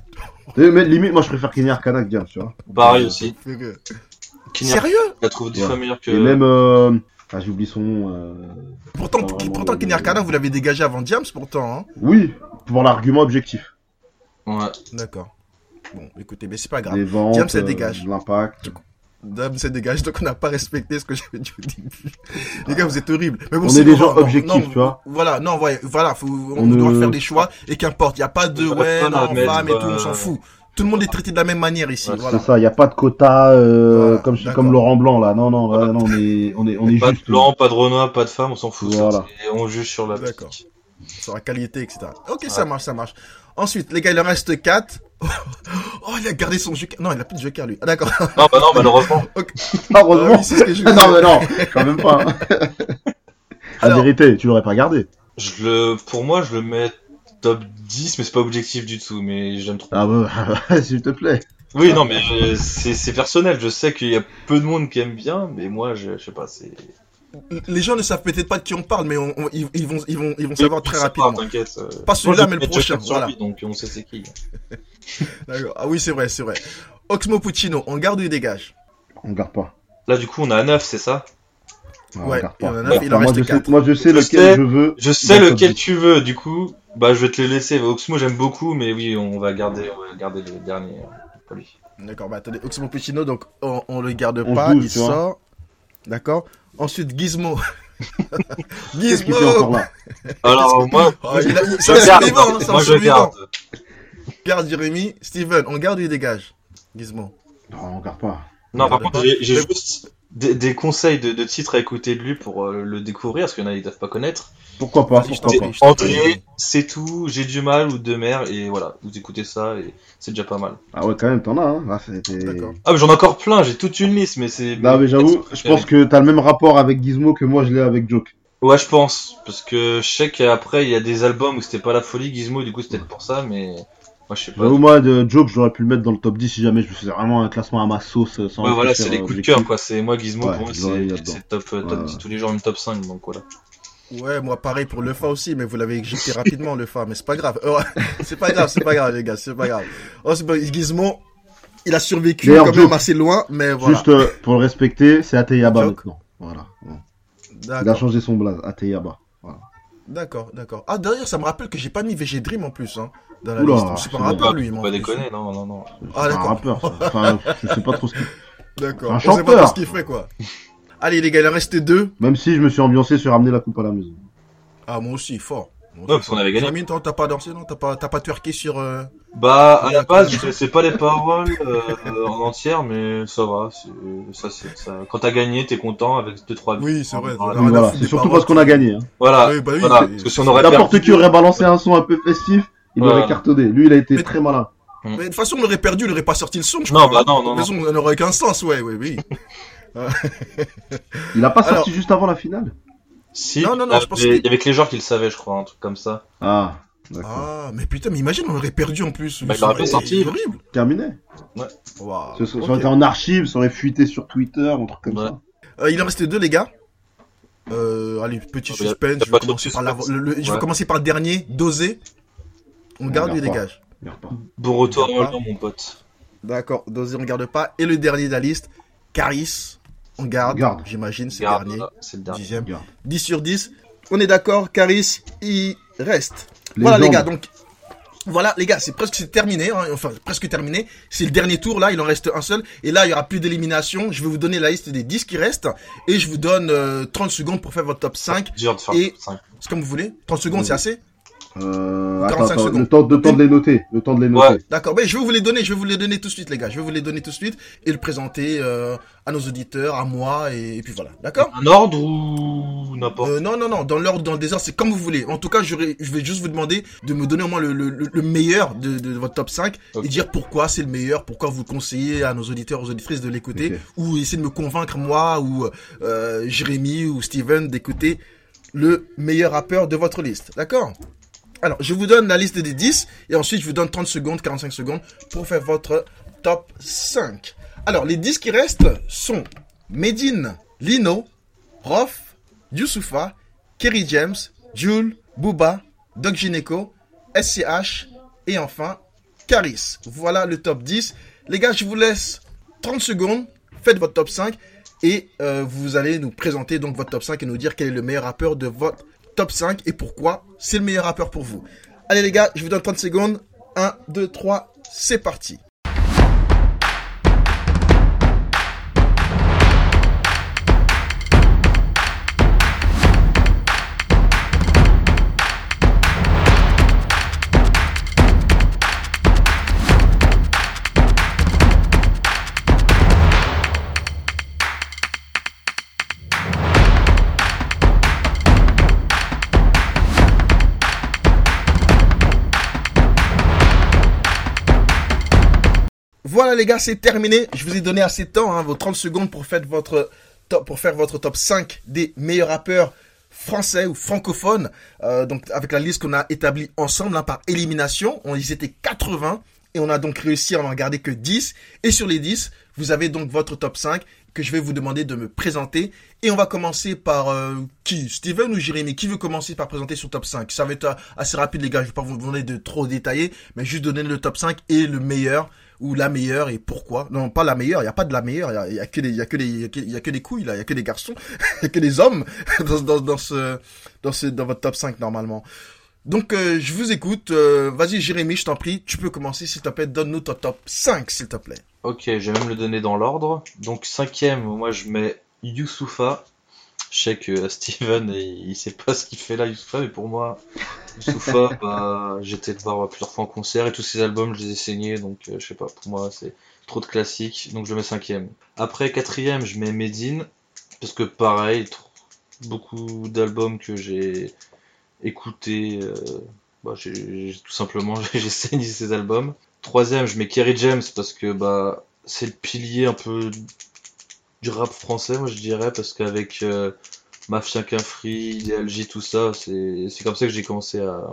Eh, Mais limite, moi je préfère Kenny Arcana que Diams, tu vois. Pareil aussi. Kenny Sérieux? la trouve dix Ouais. fois meilleure que. Et même, euh... ah, j'ai oublié son nom. Euh... Pourtant, Pas vraiment pourtant le- Kenny Arcana, vous l'avez dégagé avant Diams, pourtant. Hein. Oui, pour l'argument objectif. Ouais. D'accord. Bon, écoutez, mais c'est pas grave. Les ventes, Diams, elle euh, dégage. l'impact. Diams, elle dégage, donc on n'a pas respecté ce que j'avais dit au début. Les gars, vous êtes horribles. Mais bon, On c'est est des bon, gens non, objectifs, non, tu vois. Voilà, non, ouais, voilà, faut, on, On doit ne- faire des choix, et qu'importe, il n'y a pas de, On va ouais, pas non, mettre, femme et tout, on s'en euh, fout. Tout le monde est traité de la même manière ici, Ouais, voilà. C'est ça, il n'y a pas de quota euh, Voilà, comme, d'accord. comme Laurent Blanc là. Non, non, là, Voilà. non, on est, on est, on est Pas juste. de blanc, pas de Renoir, pas de femme, on s'en fout. ça, Voilà. c'est- on juge sur la D'accord. politique. Sur la qualité, et cetera. Ok, Ouais. ça marche, ça marche. Ensuite, les gars, il en reste quatre. Oh, il a gardé son joker. Non, il a plus de joker, lui. Ah, d'accord. Non, bah non, malheureusement. Ah, Ah heureusement. oui, c'est ce que je non, mais non, quand même pas. hein. La Alors- vérité, tu l'aurais pas gardé. Je le, pour moi, je le mets top dix, mais c'est pas objectif du tout, mais j'aime trop. Ah bah, s'il te plaît. Oui, non, mais euh, c'est c'est personnel. Je sais qu'il y a peu de monde qui aime bien, mais moi, je, je sais pas, c'est. Les gens ne savent peut-être pas de qui on parle, mais on, on- ils, ils vont, ils vont, ils vont savoir très Je sais rapidement. Pas, t'inquiète. euh, Pas celui-là, moi, je mais le mets prochain, Joker sur voilà. lui, donc on sait c'est qui. D'accord. Ah oui, c'est vrai, c'est vrai. Oxmo Puccino, on garde ou il dégage? On garde pas. Là, du coup, on a un neuf, c'est ça? Ouais, Ouais, on garde il y en pas. a neuf, il en moi, reste je sais, quatre. moi, je sais Je lequel sais- je veux. Je sais dans le lequel top dix. tu veux, du coup, bah je vais te le laisser. Oxmo, j'aime beaucoup, mais oui, on va garder, on va garder le dernier. euh, Pas lui. D'accord, bah attendez, Oxmo Puccino, donc on, on le garde On pas, douze, il tu vois. sort. D'accord. Ensuite, Gizmo. Qu'est-ce qu'il Gizmo. fait encore là? Alors, moi, Oh, il a- il- je c'est un garde. survivant, hein, c'est un Moi, je survivant. garde. Garde Jérémy. Steven, on garde ou il dégage? Gizmo. Non, on garde pas. Non, par Garde contre, pas. j'ai j'ai Mais- juste des, des conseils de, de titres à écouter de lui pour euh, le découvrir, parce qu'il y en a, ils doivent pas connaître. Pourquoi pas? Vas-y, je Pourquoi t'en pas? prie. Entrée, c'est tout, j'ai du mal ou de mer, et voilà, vous écoutez ça, et c'est déjà pas mal. Ah ouais, quand même, t'en as. Hein. Là, c'était- D'accord. Ah, mais j'en ai encore plein, j'ai toute une liste, mais c'est. Non, mais j'avoue, je pense que t'as le même rapport avec Gizmo que moi je l'ai avec Joke. Ouais, je pense, parce que je sais qu'après, il y a des albums où c'était pas la folie, Gizmo, du coup, c'était peut-être pour ça, mais. Moi, je sais pas. J'avoue, moi, de Joke, j'aurais pu le mettre dans le top dix si jamais je faisais vraiment un classement à ma sauce euh, sans Ouais, voilà, réfléchir, c'est les euh, coups de objectif. cœur, quoi. C'est moi, Gizmo, Ouais, pour moi, je l'aurais mis c'est là-dedans. c'est top, euh, top Ouais, dix, ouais. tous les jours, même top cinq, donc voilà. Ouais, moi pareil pour le F A aussi, mais vous l'avez éjecté rapidement le F A, mais c'est pas grave. Euh, c'est pas grave, c'est pas grave les gars, c'est pas grave. Oh, c'est pas... Gizmo, il a survécu D'ailleurs, quand même Joke. assez loin, mais voilà. Juste euh, pour le respecter, c'est Ateyaba Joke. maintenant. Voilà. Bon. Il a D'accord, changé son blaze, Ateyaba. Voilà. d'accord, d'accord. Ah d'ailleurs, ça me rappelle que j'ai pas mis V G Dream en plus, hein, dans la Oula, liste. C'est pas un c'est rappeur Pas, lui, moi. pas déconner, non, non, non. Ah, C'est un d'accord. rappeur, ça. Enfin, je sais pas trop ce qu'il... D'accord. Un On sait pas chanteur. trop ce qu'il fait quoi. Allez les gars, il en reste deux. Même si je me suis ambiancé sur ramener la coupe à la maison. Ah moi aussi, fort. Moi Ouais, aussi, parce qu'on fort. avait gagné. Jamie, toi, t'as pas dansé, non? T'as pas, t'as pas twerké sur. Euh... Bah, à la Ouais, base, quand je connaissais pas les paroles euh, en entière, mais ça va. c'est- Ça, c'est ça. Quand t'as gagné, t'es content avec deux trois buts. Oui, c'est vrai. Voilà. Rien à Voilà, foutre c'est des surtout paroles. parce qu'on a gagné. Hein. Voilà, Oui, bah oui, voilà. c'est- Parce que si on aurait N'importe perdu, qui aurait balancé un son un peu festif, il Voilà. aurait cartonné. Lui, il a été Mais- très malin. Mais de toute façon, on aurait perdu, il aurait pas sorti le son, je Non, crois. bah non, non, De toute façon, ça n'aurait aucun sens, ouais, ouais, oui. Il a pas Alors- sorti juste avant la finale? si, Non, non, non, il y je pense avait- que- il y avait que les joueurs qui le savaient, je crois, un truc comme ça. Ah, d'accord. Ah, mais putain, mais imagine, on aurait perdu en plus. Bah, il aurait pas C'est sorti. horrible. Terminé. Waouh. Ça, ça Ok. aurait été en archive, ça aurait fuité sur Twitter, un truc comme Ouais. ça. Euh, il en reste deux, les gars. Euh, allez, petit Ah, y a- suspense. y a Je vais pas trop de commencer par la, suspense. le- le- je vais Ouais. commencer par le dernier, Dosé. On On garde ou il regarde pas. dégage? Il repart. Bon retour à Regarde Roland, mon pote. D'accord, Dosé, on garde pas. Et le dernier de la liste, Caris. On garde. On garde. J'imagine, c'est le Garde, dernier. voilà, c'est le dernier. Dixième. Regarde. dix sur dix. On est d'accord, Caris, il reste. Voilà Légende. les gars, donc voilà les gars, c'est presque c'est terminé, hein, enfin presque terminé. C'est le dernier tour là, il en reste un seul. Et là, il y aura plus d'élimination. Je vais vous donner la liste des dix qui restent. Et je vous donne euh, trente secondes pour faire votre top cinq. Dur de faire Et- cinq. C'est comme vous voulez. trente secondes, Oui. c'est assez? Euh, attends, quarante-cinq attends, secondes. le temps, le temps de les noter. Le temps de les noter. Ouais. D'accord, mais je vais vous les donner, je vais vous les donner tout de suite les gars. Je vais vous les donner tout de suite et le présenter euh, à nos auditeurs, à moi et, et puis voilà. D'accord? Un ordre ou n'importe. Euh, non, non, non, dans l'ordre, dans le désordre, c'est comme vous voulez. En tout cas, j'aurais- je vais juste vous demander de me donner au moins le, le, le- le meilleur de, de votre top cinq Ok. et dire pourquoi c'est le meilleur, pourquoi vous conseillez à nos auditeurs, aux auditrices de l'écouter, Ok. ou essayer de me convaincre, moi, ou euh, Jérémy, ou Steven, d'écouter le meilleur rappeur de votre liste. D'accord? Alors, je vous donne la liste des dix et ensuite je vous donne trente secondes, quarante-cinq secondes pour faire votre top cinq. Alors, les dix qui restent sont Medine, Lino, Rof, Youssoufa, Kerry James, Jules, Booba, Doc Gineco, S C H et enfin Caris. Voilà le top dix. Les gars, je vous laisse trente secondes, faites votre top cinq et euh, vous allez nous présenter donc votre top cinq et nous dire quel est le meilleur rappeur de votre top cinq et pourquoi c'est le meilleur rappeur pour vous. Allez les gars, je vous donne trente secondes. un, deux, trois, c'est parti. Voilà les gars, c'est terminé. Je vous ai donné assez de temps, hein, vos trente secondes pour faire votre top, pour faire votre top cinq des meilleurs rappeurs français ou francophones. Euh, donc avec la liste qu'on a établie ensemble hein, par élimination, on ils étaient quatre-vingts et on a donc réussi à en garder que dix. Et sur les dix, vous avez donc votre top cinq que je vais vous demander de me présenter. Et on va commencer par euh, qui? Steven ou Jérémy? Qui veut commencer par présenter son top cinq? Ça va être euh, assez rapide les gars, je vais pas vous demander de trop détailler, mais juste donner le top cinq et le meilleur ou la meilleure et pourquoi. Non, pas la meilleure, il y a pas de la meilleure, il y a, y a que des il y a que des il y a que, y a que des couilles là, il y a que des garçons, il y a que des hommes dans dans dans ce dans ce dans votre top cinq normalement. Donc euh, je vous écoute, euh, vas-y Jérémy, je t'en prie, tu peux commencer s'il te plaît, donne-nous ton top cinq s'il te plaît. Ok, je vais même le donner dans l'ordre. Donc cinquième, moi je mets Youssoufa. Je sais que euh, Steven, il, il sait pas ce qu'il fait là, Youssoufa, mais pour moi, Youssoufa, bah, j'étais le voir plusieurs fois en concert et tous ses albums, je les ai saignés, donc euh, je sais pas, pour moi c'est trop de classiques, donc je le mets cinquième. Après, quatrième, je mets Medine, parce que pareil, tr- beaucoup d'albums que j'ai écoutés, euh, bah, j'ai j'ai- tout simplement j'ai saigné ses albums. Troisième, je mets Kerry James, parce que bah c'est le pilier un peu du rap français, moi je dirais, parce qu'avec euh, Mafia Qu'un Free, Ideal J, tout ça, c'est c'est comme ça que j'ai commencé à,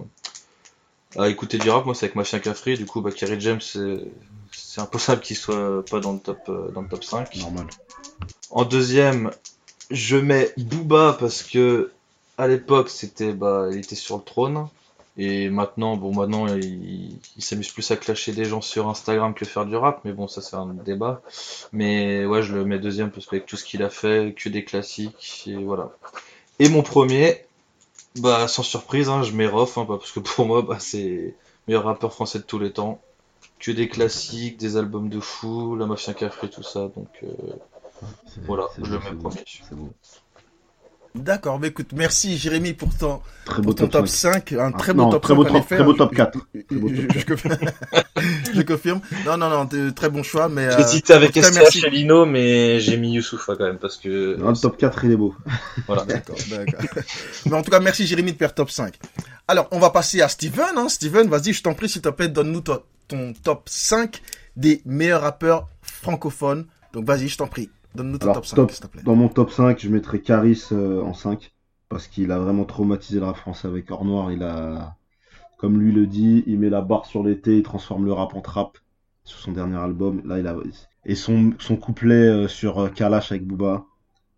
à écouter du rap. Moi, c'est avec Mafia Qu'un Free, du coup, bah, Kerry James, c'est c'est impossible qu'il soit pas dans le top, euh, dans le top cinq. Normal. En deuxième, je mets Booba parce que à l'époque, c'était bah, il était sur le trône. Et maintenant, bon, maintenant, il, il s'amuse plus à clasher des gens sur Instagram que faire du rap, mais bon, ça c'est un autre débat. Mais ouais, je le mets deuxième parce qu'avec tout ce qu'il a fait, que des classiques, et voilà. Et mon premier, bah sans surprise, hein, je mets Rof, hein, bah, parce que pour moi, bah, c'est le meilleur rappeur français de tous les temps. Que des classiques, des albums de fou, la Mafia Café, tout ça, donc euh, C'est- voilà, c'est je le beau, mets c'est beau, premier. c'est beau. D'accord, bah écoute, merci Jérémy pour ton, Très beau pour ton top, top cinq. cinq, un Ah, très non, beau top très cinq beau en top- effet. très beau hein. top quatre. Je, Très beau top je- je confirme. Je confirme. Non, non, non, de- très bon choix, mais... J'ai euh, cité avec en tout cas, S T H merci. et Lino, mais j'ai mis Youssoufa quand même, parce que Non, le top quatre, il est beau. voilà. D'accord, d'accord. Mais en tout cas, merci Jérémy de faire top cinq. Alors, on va passer à Steven. Hein. Steven, vas-y, je t'en prie, s'il te plaît, donne-nous ton, ton top cinq des meilleurs rappeurs francophones. Donc, vas-y, je t'en prie. Donne-nous ton Alors, top cinq, top- s'il te plaît. Dans mon top cinq, je mettrais Caris euh, en cinq. Parce qu'il a vraiment traumatisé le rap français avec Or Noir. Il a, comme lui le dit, il met la barre sur l'été, il transforme le rap en trap sur son dernier album. Là, il a, et son, son couplet euh, sur euh, Kalash avec Booba,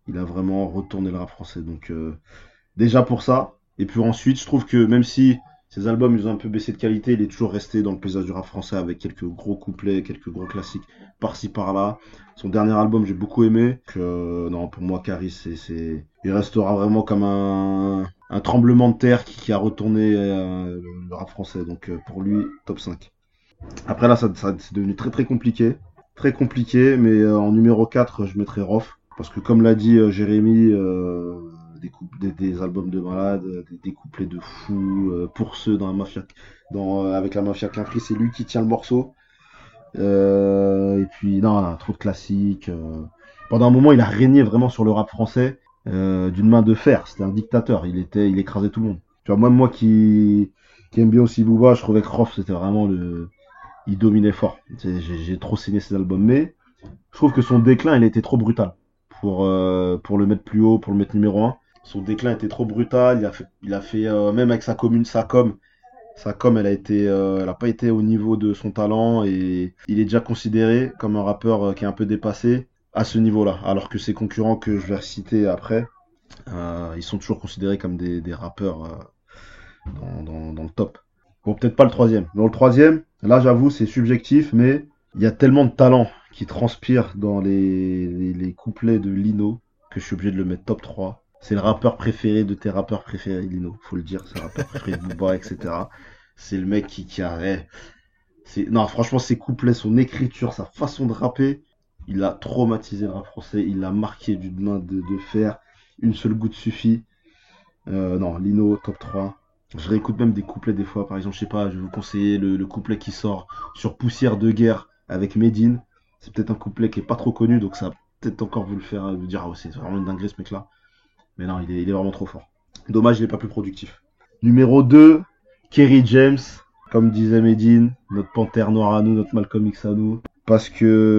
Il a vraiment retourné le rap français. Donc, euh, déjà pour ça. Et puis ensuite, je trouve que même si ses albums ils ont un peu baissé de qualité, il est toujours resté dans le paysage du rap français avec quelques gros couplets, quelques gros classiques par-ci par-là. Son dernier album, j'ai beaucoup aimé. Que, euh, non, pour moi, Caris, c'est, c'est... il restera vraiment comme un, un tremblement de terre qui, qui a retourné euh, le, le rap français. Donc euh, pour lui, top cinq. Après là, ça, ça- c'est devenu très très compliqué. Très compliqué, mais euh, en numéro quatre, je mettrai Rof. Parce que comme l'a dit euh, Jérémy, euh, des, coup- des, des albums de malades, des, des couplets de fous, euh, pour ceux dans la mafia, dans, euh, avec la mafia Clinfree, c'est lui qui tient le morceau. Euh, et puis, non, non, trop de classiques. euh. Pendant un moment, il a régné vraiment sur le rap français euh, d'une main de fer. C'était un dictateur. Il était, il écrasait tout le monde. Tu vois, moi, moi qui, qui aime bien aussi Booba, je trouvais que Rof, c'était vraiment le, il dominait fort. C'est- J'ai j'ai trop saigné ses albums, mais je trouve que son déclin, il était trop brutal pour, euh, pour le mettre plus haut, pour le mettre numéro un. Son déclin était trop brutal. Il a fait, il a fait euh, même avec sa commune, sa com, sa com, elle a été, euh, elle a pas été au niveau de son talent et il est déjà considéré comme un rappeur euh, qui est un peu dépassé à ce niveau-là. Alors que ses concurrents que je vais citer après, euh, ils sont toujours considérés comme des, des rappeurs euh, dans, dans, dans le top. Bon, peut-être pas le troisième. Dans le troisième, là, j'avoue, c'est subjectif, mais il y a tellement de talent qui transpire dans les, les, les couplets de Lino que je suis obligé de le mettre top trois. C'est le rappeur préféré de tes rappeurs préférés, Lino, faut le dire. C'est le rappeur préféré de Booba, et cetera. C'est le mec qui, qui a... ouais, c'est... Non, franchement, ses couplets, son écriture, sa façon de rapper, il a traumatisé le rap français. Il l'a marqué d'une main de, de fer. Une seule goutte suffit. Euh, non, Lino, top trois. Je réécoute même des couplets des fois. Par exemple, je sais pas, je vais vous conseiller le, le couplet qui sort sur Poussière de guerre avec Medine. C'est peut-être un couplet qui est pas trop connu, donc ça va peut-être encore vous le faire, euh, vous dire, ah ouais, c'est vraiment une dinguerie ce mec-là. Mais non, il est, il est vraiment trop fort. Dommage, il est pas plus productif. Numéro deux, Kerry James. Comme disait Medine, notre panthère noire à nous, notre Malcolm X à nous. Parce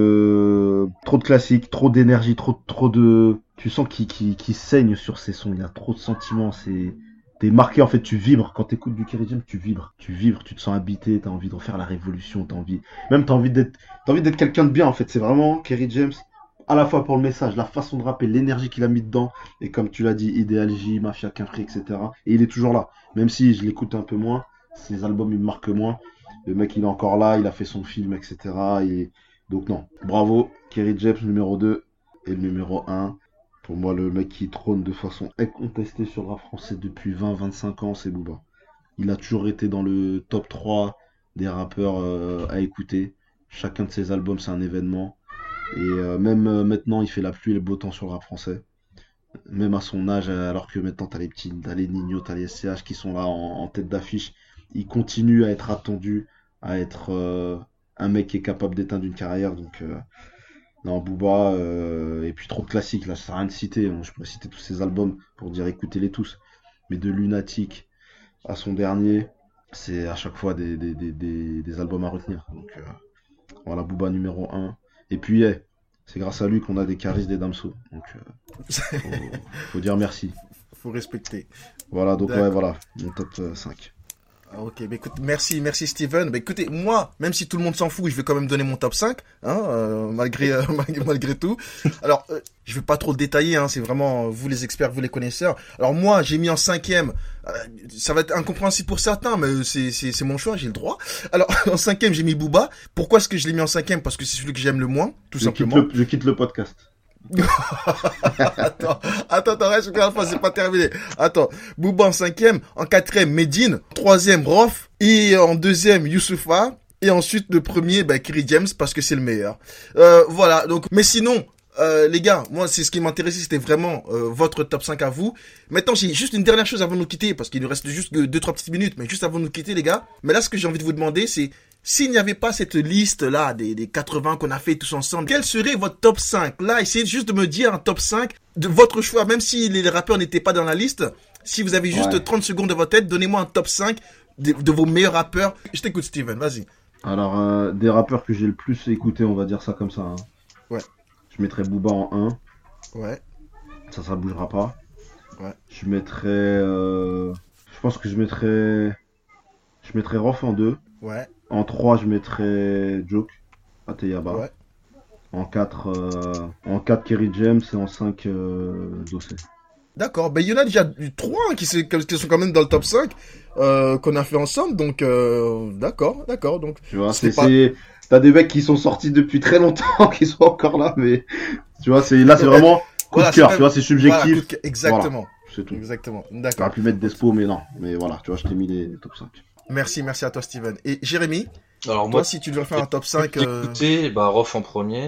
que trop de classiques, trop d'énergie, trop, trop de... Tu sens qu'il qu'il- qu'il saigne sur ses sons, il y a trop de sentiments, c'est... T'es marqué, en fait, tu vibres. Quand t'écoutes du Kerry James, tu vibres. Tu vibres, tu te sens habité, t'as envie de refaire la révolution, t'as envie... Même t'as envie d'être t'as envie d'être quelqu'un de bien, en fait. C'est vraiment Kerry James, à la fois pour le message, la façon de rapper, l'énergie qu'il a mis dedans. Et comme tu l'as dit, Ideal J, Mafia Cafri, et cetera. Et il est toujours là. Même si je l'écoute un peu moins, ses albums, ils me marquent moins. Le mec, il est encore là, il a fait son film, et cetera. Et donc, non. Bravo, Kerry James, numéro deux. Et le numéro un, pour moi, le mec qui trône de façon incontestée sur le rap français depuis vingt vingt-cinq ans, c'est Booba. Il a toujours été dans le top trois des rappeurs euh, à écouter. Chacun de ses albums, c'est un événement. Et euh, même euh, maintenant, il fait la pluie et le beau temps sur le rap français. Même à son âge, euh, alors que maintenant, t'as les petits, t'as les Nino, t'as les S C H qui sont là en, en tête d'affiche. Il continue à être attendu, à être euh, un mec qui est capable d'éteindre une carrière. Donc, euh, non, Booba, euh, et puis trop de classiques, là, ça sert à rien de citer. Hein. Je pourrais citer tous ses albums pour dire écoutez-les tous. Mais de Lunatic à son dernier, c'est à chaque fois des, des, des, des, des albums à retenir. Donc, euh, voilà, Booba numéro un. Et puis, eh, c'est grâce à lui qu'on a des Caris, des Damso. Donc, euh, faut, faut dire merci. Faut respecter. Voilà, donc D'accord. ouais, voilà, mon top euh, cinq. Ah, ok, bah écoute, merci, merci Steven. Bah écoutez, moi, même si tout le monde s'en fout, je vais quand même donner mon top cinq, hein, euh, malgré, euh, malgré malgré tout. Alors, euh, je vais pas trop le détailler, hein, c'est vraiment euh, vous les experts, vous les connaisseurs. Alors moi, j'ai mis en cinquième, euh, ça va être incompréhensible pour certains, mais c'est c'est c'est mon choix, j'ai le droit. Alors en cinquième, j'ai mis Booba. Pourquoi est-ce que je l'ai mis en cinquième? Parce que c'est celui que j'aime le moins, tout Je quitte, simplement. le, je quitte le podcast. attends, attends, attends, reste jusqu'à la fin, c'est pas terminé. Attends, Booba en cinquième, en quatrième, Medine, troisième, Rof, et en deuxième, Youssoupha, et ensuite le premier, bah, Kerry James, parce que c'est le meilleur. Euh, voilà, donc, mais sinon, euh, les gars, moi, c'est ce qui m'intéressait, c'était vraiment euh, votre top cinq à vous. Maintenant, j'ai juste une dernière chose avant de nous quitter, parce qu'il nous reste juste deux, trois petites minutes, mais juste avant de nous quitter, les gars. Mais là, ce que j'ai envie de vous demander, c'est, s'il n'y avait pas cette liste-là des, des quatre-vingts qu'on a fait tous ensemble, quel serait votre top cinq? Là, essayez juste de me dire un top cinq de votre choix, même si les rappeurs n'étaient pas dans la liste. Si vous avez juste Ouais. trente secondes de votre tête, donnez-moi un top cinq de, de vos meilleurs rappeurs. Je t'écoute, Steven, vas-y. Alors, euh, des rappeurs que j'ai le plus écouté, on va dire ça comme ça. Hein. Ouais. Je mettrais Booba en un, Ouais, ça, ça bougera pas. ouais, Je mettrais. euh, Je pense que je mettrais. Je mettrais Rof en deux. ouais, En trois, je mettrais Joke, Ateyaba. ouais, En quatre, euh, en quatre Kerry James et en cinq euh, Dossé. D'accord, ben il y en a déjà trois hein, qui, qui sont quand même dans le top cinq euh, qu'on a fait ensemble, donc euh, d'accord, d'accord. Donc, tu vois, c'est, pas... c'est... T'as des mecs qui sont sortis depuis très longtemps, qui sont encore là, mais tu vois, c'est là c'est vraiment coup voilà, de cœur, pas... tu vois, c'est subjectif. Voilà, de... Exactement. Voilà, c'est tout. Exactement, d'accord. J'aurais pu mettre Despo, mais non, mais voilà, tu vois, je t'ai mis les top cinq. Merci, merci à toi Steven. Et Jérémy, alors toi moi, si tu devais faire un top cinq... Euh... Écoutez, bah Rof en premier.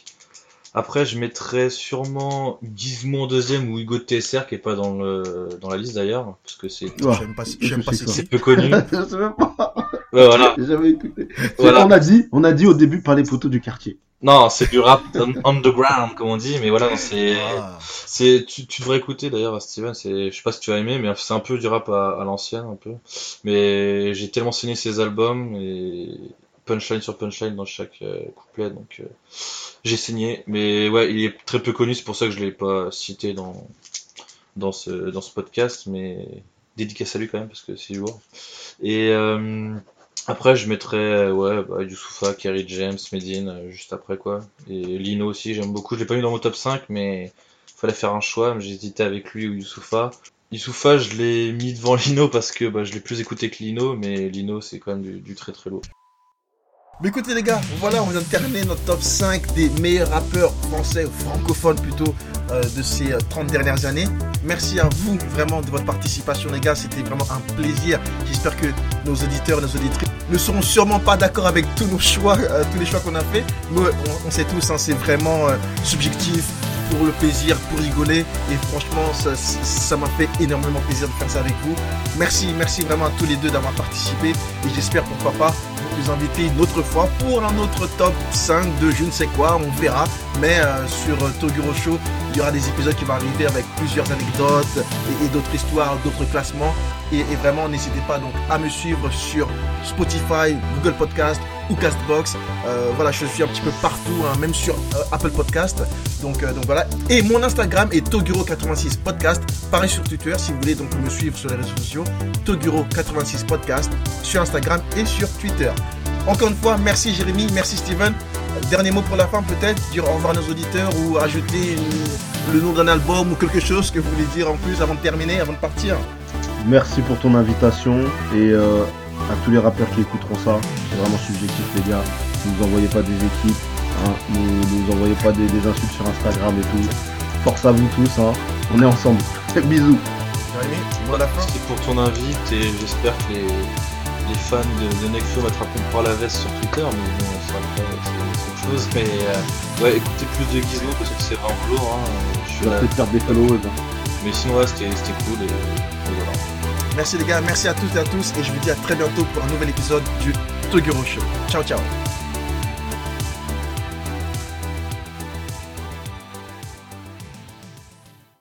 Après, je mettrais sûrement Gizmo en deuxième ou Hugo T S R qui est pas dans le dans la liste d'ailleurs, parce que c'est oh, j'aime pas, j'aime pas c'est peu connu. Je sais même pas. Ouais, voilà. J'ai jamais écouté. Voilà. On a dit, on a dit au début par les poteaux du quartier. Non, c'est du rap underground comme on dit, mais voilà, c'est ah. c'est tu, tu devrais écouter d'ailleurs Steven, c'est je sais pas si tu as aimé, mais c'est un peu du rap à, à l'ancienne un peu. Mais j'ai tellement signé ses albums et punchline sur punchline dans chaque euh, couplet, donc euh, j'ai signé. Mais ouais, il est très peu connu, c'est pour ça que je l'ai pas cité dans dans ce dans ce podcast, mais dédicace à lui quand même parce que c'est lourd. Et euh, après, je mettrais ouais, bah, Youssoupha, Kerry James, Medine, euh, juste après quoi. Et Lino aussi, j'aime beaucoup. Je l'ai pas mis dans mon top cinq, mais fallait faire un choix. J'hésitais avec lui ou Youssoupha. Youssoupha, je l'ai mis devant Lino parce que bah, je l'ai plus écouté que Lino, mais Lino, c'est quand même du, du très très lourd. Mais écoutez les gars, voilà, on vient de terminer notre top cinq des meilleurs rappeurs français, francophones plutôt, euh, de ces trente dernières années. Merci à vous vraiment de votre participation les gars, c'était vraiment un plaisir. J'espère que nos auditeurs et nos auditrices ne seront sûrement pas d'accord avec tous nos choix, euh, tous les choix qu'on a fait. Mais on, on sait tous, hein, c'est vraiment euh, subjectif, pour le plaisir, pour rigoler. Et franchement, ça, ça m'a fait énormément plaisir de faire ça avec vous. Merci, merci vraiment à tous les deux d'avoir participé. Et j'espère pourquoi pas vous inviter une autre fois pour un autre top cinq de je ne sais quoi, on verra. Mais euh, sur euh, Toguro Show, il y aura des épisodes qui vont arriver avec plusieurs anecdotes et, et d'autres histoires, d'autres classements. Et, et vraiment, n'hésitez pas donc à me suivre sur Spotify, Google Podcast ou Castbox. Euh, voilà, je suis un petit peu partout, hein, même sur euh, Apple Podcast. Donc, euh, donc voilà. Et mon Instagram est Toguro quatre-vingt-six Podcast. Pareil sur Twitter, si vous voulez donc me suivre sur les réseaux sociaux. Toguro quatre-vingt-six Podcast sur Instagram et sur Twitter. Encore une fois, merci Jérémy, merci Steven. Dernier mot pour la fin peut-être, dire au revoir à nos auditeurs ou ajouter une, le nom d'un album ou quelque chose que vous voulez dire en plus avant de terminer, avant de partir. Merci pour ton invitation et euh, à tous les rappeurs qui écouteront ça, c'est vraiment subjectif les gars. Ne nous envoyez pas des équipes, hein, ne nous, nous envoyez pas des, des insultes sur Instagram et tout. Force à vous tous, hein. On est ensemble. Bisous. Jérémy, mot de la fin. Merci pour ton invite et j'espère que les, les fans de, de Nekfeu m'attraperont par la veste sur Twitter, mais bon, ça après c'est, c'est autre chose. Mais euh, ouais, écoutez plus de Gizmo parce que c'est vraiment lourd. Hein. Je Je vais peut-être faire des followers. Hein. Mais sinon ouais, c'était, c'était cool et, et voilà. Merci les gars, merci à toutes et à tous et je vous dis à très bientôt pour un nouvel épisode du Toguro Show. Ciao ciao.